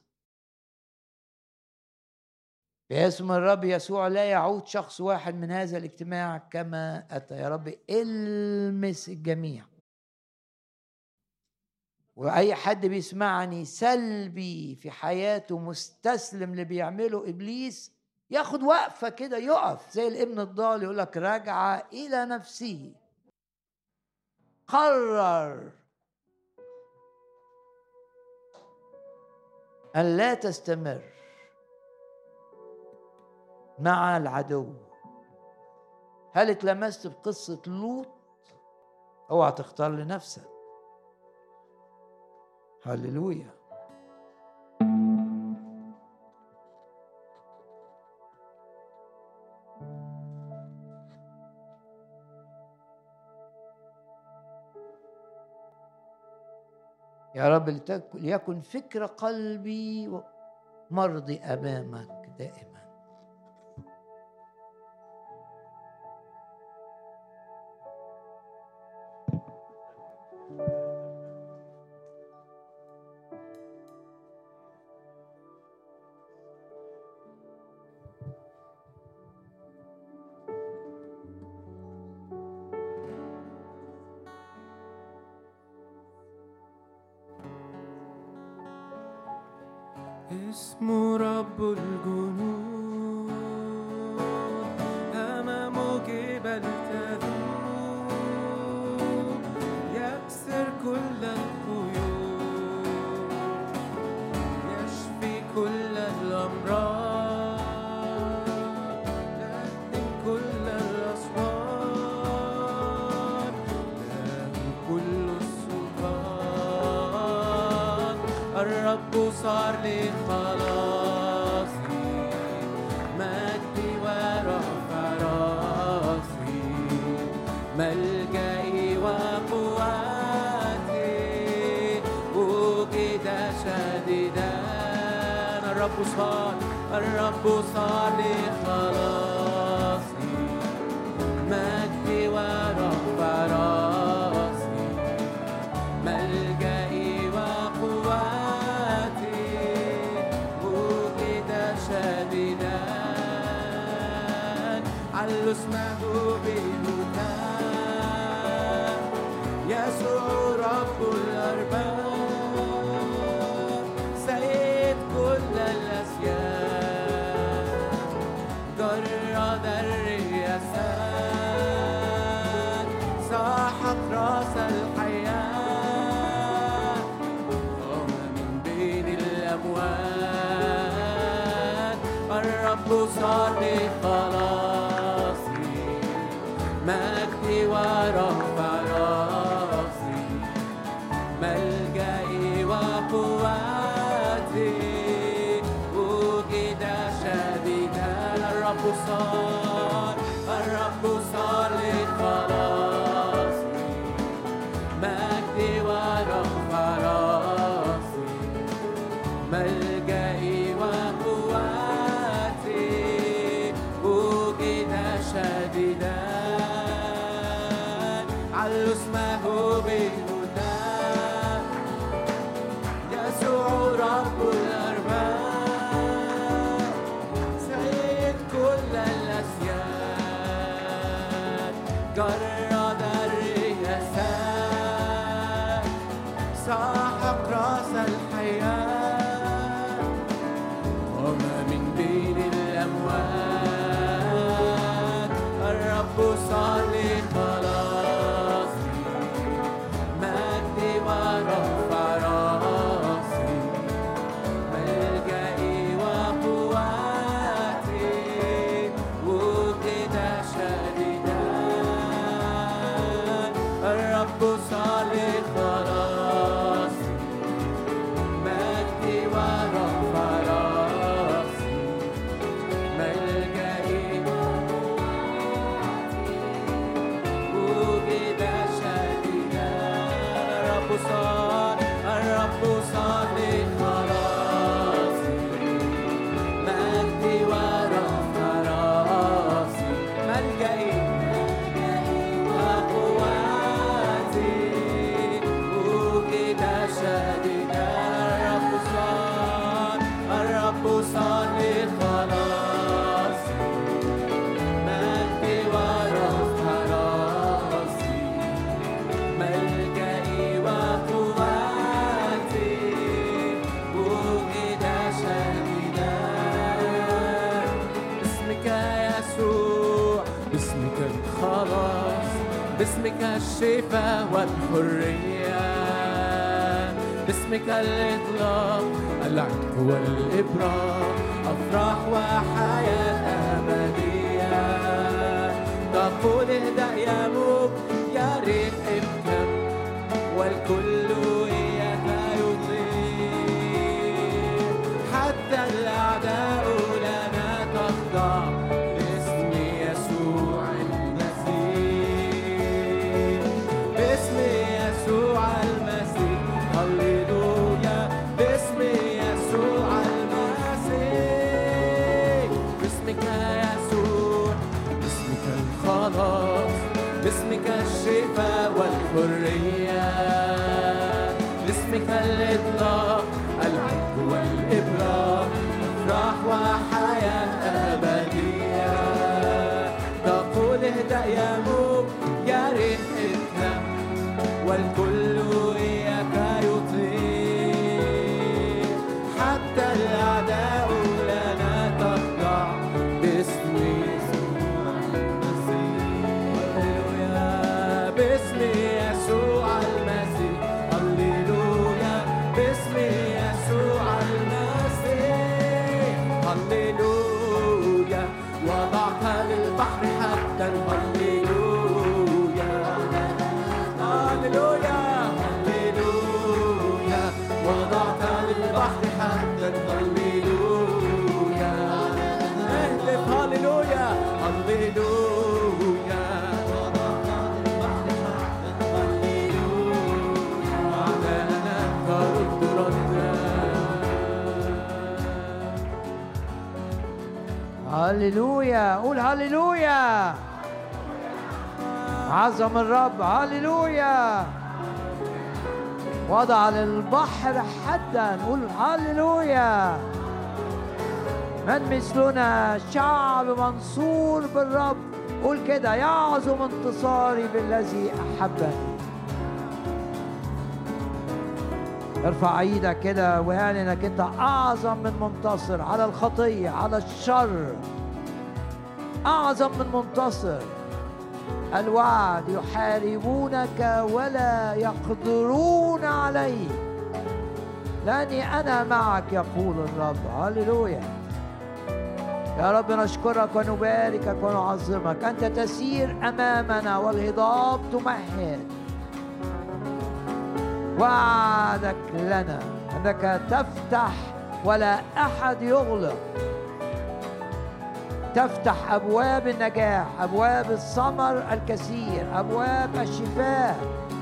باسم الرب يسوع لا يعود شخص واحد من هذا الاجتماع كما أتى. يا رب المس الجميع، وأي حد بيسمعني سلبي في حياته مستسلم اللي بيعمله إبليس، ياخد وقفة كده، يقف زي الابن الضال يقول لك: رجع إلى نفسه. قرر أن لا تستمر مع العدو. هل اتلمست بقصة لوط؟ اوعى تختار لنفسك. هللويا. يا رب ليكن فكر قلبي مرضي أمامك دائما. اسم رب الجنود أمامه جبال تذوب، يكسر كل القيود، يشفي كل الأمراض، يهدم كل الأسوار، له كل السلطان. الرب صار لي خلاصي، مجدي ورفع راسي، ملجئي وقوتي، وجد شديدا. الرب صار لي خلاصي، مجدي ورفع راسي، ملجئي وقوتي، وجد شديدا. علوا اسمه بهتاف، يسوع رب الأرباب، سيد كل الأسياد، جرد الرياسات، ساحق راس الحياة، قام من بين الأموات. الرب صار لي خلاصي، مجدي ورفع راسي، ملجئي وقوتي، وجد شديدا. الرب صار لي خلاصي، مجدي ورفع راسي، ملجئي وقوتي، وجد شديدا. علوا اسمه بهتاف، يسوع رب الأرباب، سيد كل الأسياد، جرد الرياسات، ساحق راس الحياة، قام من بين الأموات. الرب صار لي خلاصي، مجدي ورفع راسي، ملجئي وقوتي، وجد شديدا. الرب صار لي خلاصي، مجدي ورفع راسي، ملجئي وجد شديدا. الرب صار لي خلاصي، مجدي ورفع راسي، ملجئي وقوتي، وجد شديدا. الرب صار لي خلاصي، مجدي ورفع راسي، ملجئي وقوتي، وجد شديدا. باسمك يسوع، باسمك الخلاص، باسمك الشفاء والحرية، باسمك الإطلاق، العتق والإبراء، أفراح وحياة أبدية. تقول اهدأ يا موج، يا ريح ابكم، والكل إياك يطير، حتى الأعداء لنا تخضع، باسم يسوع المسيح، باسم يسوع المسيح. هللويا، باسم يسوع المسيح، باسمك يسوع، باسمك الخلاص، باسمك الشفاء والحرية، باسمك الإطلاق، العتق والإبراء، أفراح وحياة أبدية. تقول اهدأ يا موج، يا ريح ابكم، والكل إياك يطير، حتى الأعداء هللويا وضعت للبحر حدا هللويا هللويا هللويا وضعت للبحر حدا هللويا اهتف هللويا هللويا وضعت للبحر حدا هللويا أعداءنا ترد ردا هللويا. قول هللويا. عظم الرب. هللويا. وضع للبحر حدا. قول هللويا. من مثلنا شعب منصور بالرب. قول كده يعظم انتصاري بالذي أحبني. ارفع ايدك كده واعلن انك انت اعظم من منتصر على الخطيه على الشر. اعظم من منتصر. الوعد يحاربونك ولا يقدرون عليك لاني انا معك يقول الرب. هللويا. يا رب نشكرك ونباركك ونعظمك. انت تسير امامنا والهضاب تمهد. وعدك لنا أنك تفتح ولا أحد يغلق. تفتح أبواب النجاح، أبواب الثمر الكثير، أبواب الشفاء،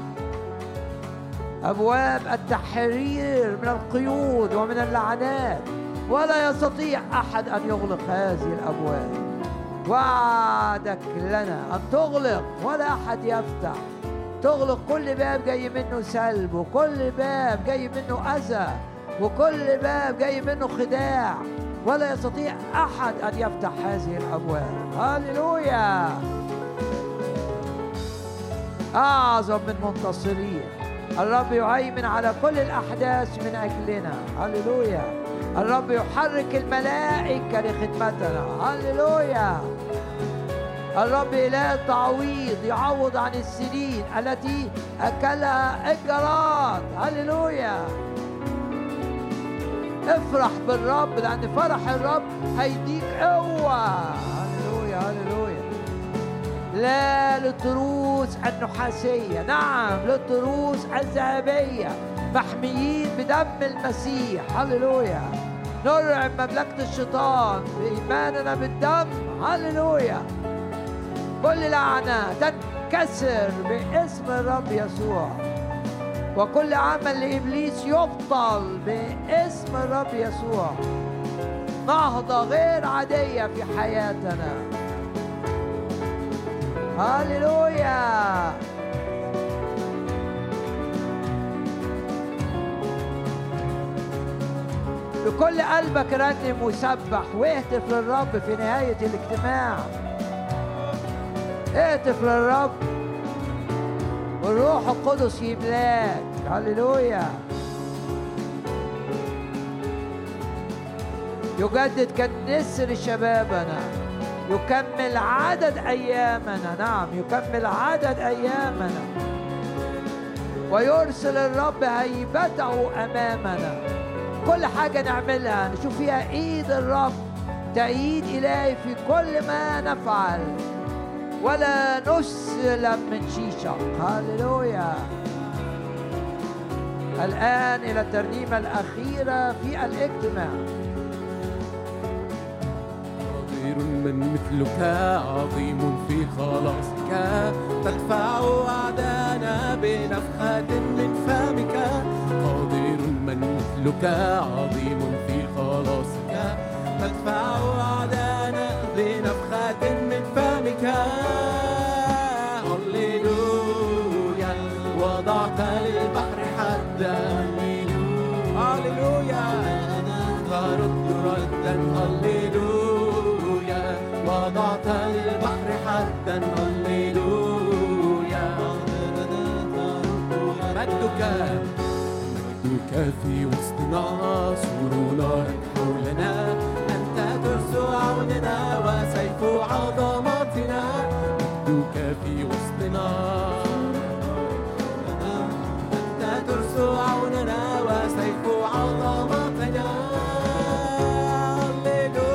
أبواب التحرير من القيود ومن اللعنات. ولا يستطيع أحد أن يغلق هذه الأبواب. وعدك لنا أن تغلق ولا أحد يفتح. تغلق كل باب جاي منه سلب، وكل باب جاي منه أذى، وكل باب جاي منه خداع. ولا يستطيع أحد أن يفتح هذه الأبواب. هللويا. أعظم من منتصرين. الرب يهيمن على كل الأحداث من أجلنا. هللويا. الرب يحرك الملائكة لخدمتنا. هللويا. الرب إله التعويض يعوض عن السنين التي أكلها الجراد. هللويا. افرح بالرب لأن فرح الرب هيديك قوة. هللويا هللويا. لا للتروس النحاسية، نعم للتروس الذهبية، محميين بدم المسيح. هللويا. نرعب مملكة الشيطان بإيماننا بالدم. هللويا. كل لعنة تنكسر باسم الرب يسوع، وكل عمل لإبليس يبطل باسم الرب يسوع. نهضة غير عادية في حياتنا. هاليلويا. بكل قلبك رنم وسبح واهتف للرب في نهاية الاجتماع. اهتف للرب والروح القدس يملاك. هللويا. يجدد كالنسر شبابنا، يكمل عدد أيامنا. نعم يكمل عدد أيامنا، ويرسل الرب هيبته أمامنا. كل حاجة نعملها نشوف فيها إيد الرب، تأييد إلهي في كل ما نفعل، ولا نسلم من شيشة. هاليلويا. الآن إلى الترنيمة الأخيرة في الاجتماع. قادر من مثلك عظيم في خلاصك، تدفع أعداءنا بنفخة من فمك. قادر من مثلك عظيم في خلاصك، تدفع أعداءنا بنفخة من فمك. هللويا. وضعت للبحر حدا. هللويا. ترد ردا. هللويا. وضعت للبحر حدا. هللويا. مجدك في وسطنا، سور نارك حولنا، أنت ترس عوننا وسيف عظمتنا. مجدك في وسطنا، أنت ترس عوننا وسيف عظمتنا. هللويا.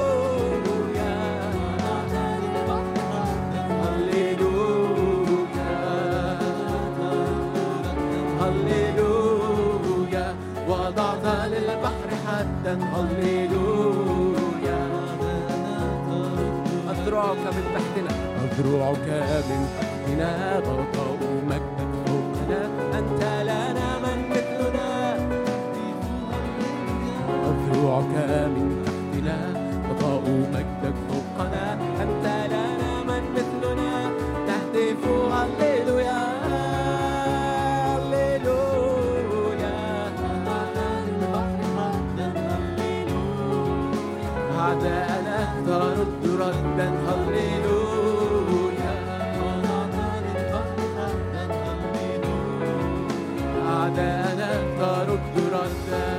ردا هللويا أذرعك من تحتنا أذرعك من تحتنا تطأ مجدك فوقنا أنت لنا من مثلنا أذرعك من تحتنا تطأ مجدك فوقنا أنت لنا من مثلنا تهتف هللويا أعداءنا ترد ردا هللويا أعداءنا ترد ردا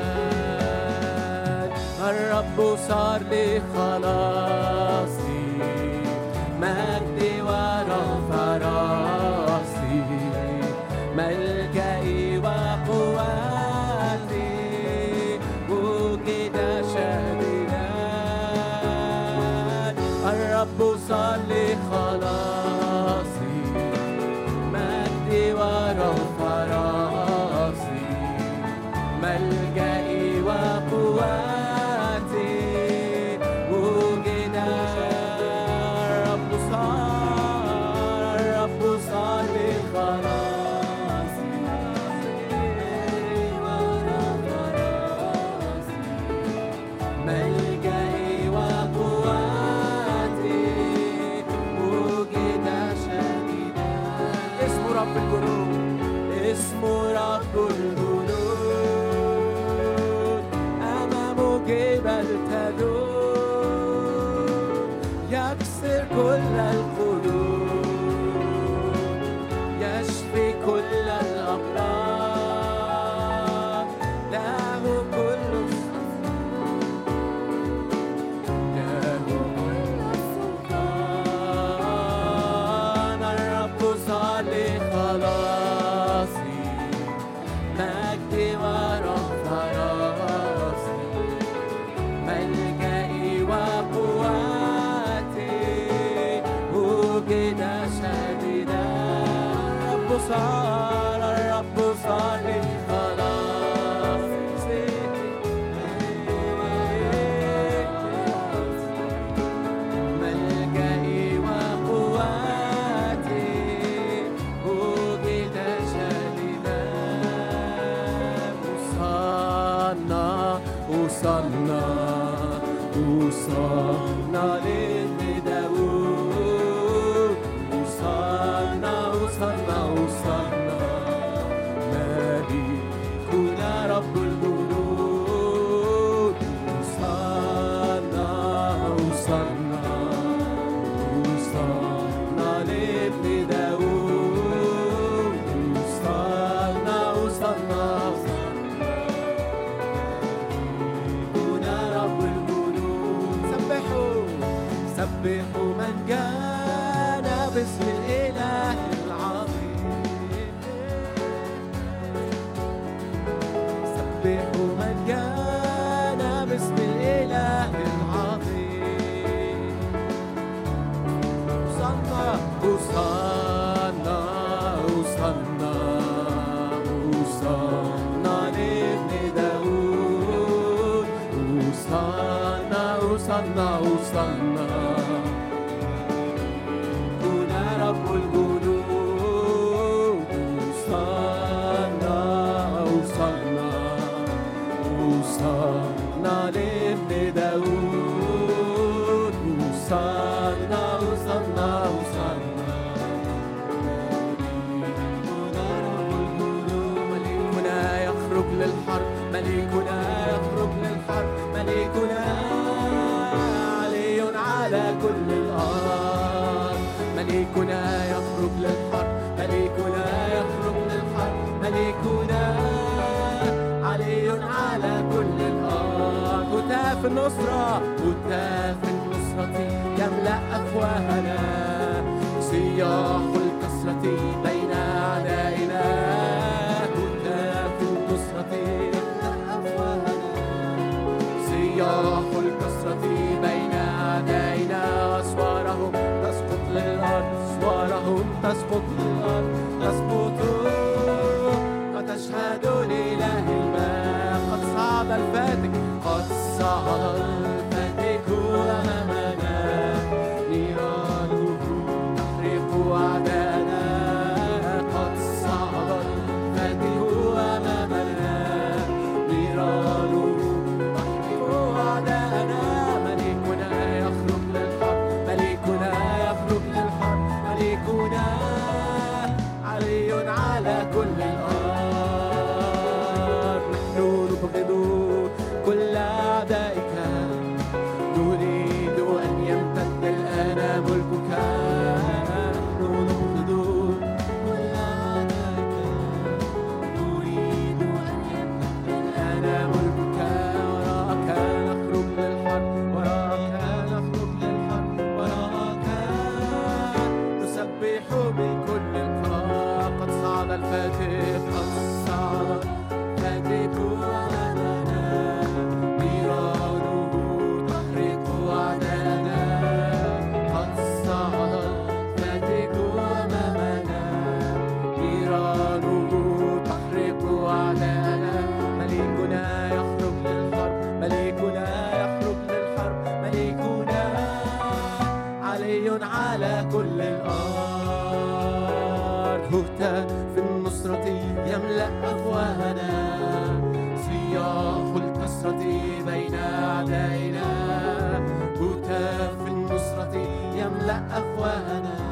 الرب صار لي خلاصي مجدي ورفع راسي ملجئي وقوتي وجد شديدا الرب صار لي خلاصي مجدي ورفع راسي ملجئي وقوتي وجد الرب صار لي خلاصي ورفع راسي ملجئي وقوتي رب الجنود اسم رب الجنود أمامه جبال تدور يكسر كل القلوب يشفي كل الأمراض له كل السلطان الرب صار لي خلاصي مجدي ورفع راسي ملجئي وقوتي وجد شديدا الرب صار لي خلاصي ملجئي وقوتي وجد شديدا وصلنا لابن داود وصلنا ملكنا رب الجنود وصلنا لابن داود وصلنا سبحوا من كان باسم الإله العظيم سبحوا من كان باسم الإله العظيم وصلنا لابن داود وصلنا كنا رب الجنود وصلنا لابن داود وصلنا كنا رب الجنود ملكنا يخرج للحرب ملكنا على كل الأرض ملكنا يخرج للحرب ملكنا علي على كل الأرض هتاف النصرة يملأ أفواهنا صياح الكسرة بين أعدائنا هتاف النصرة يملأ أفواهنا صياح الكسرة بين أعدائنا أسوارهم تسقط للأرض وتشهد لإله الماء قد صعد الفاتك في النصرة يملأ أفواهنا، صياح الكسرة بين أعدائنا، هتاف في النصرة يملأ أفواهنا.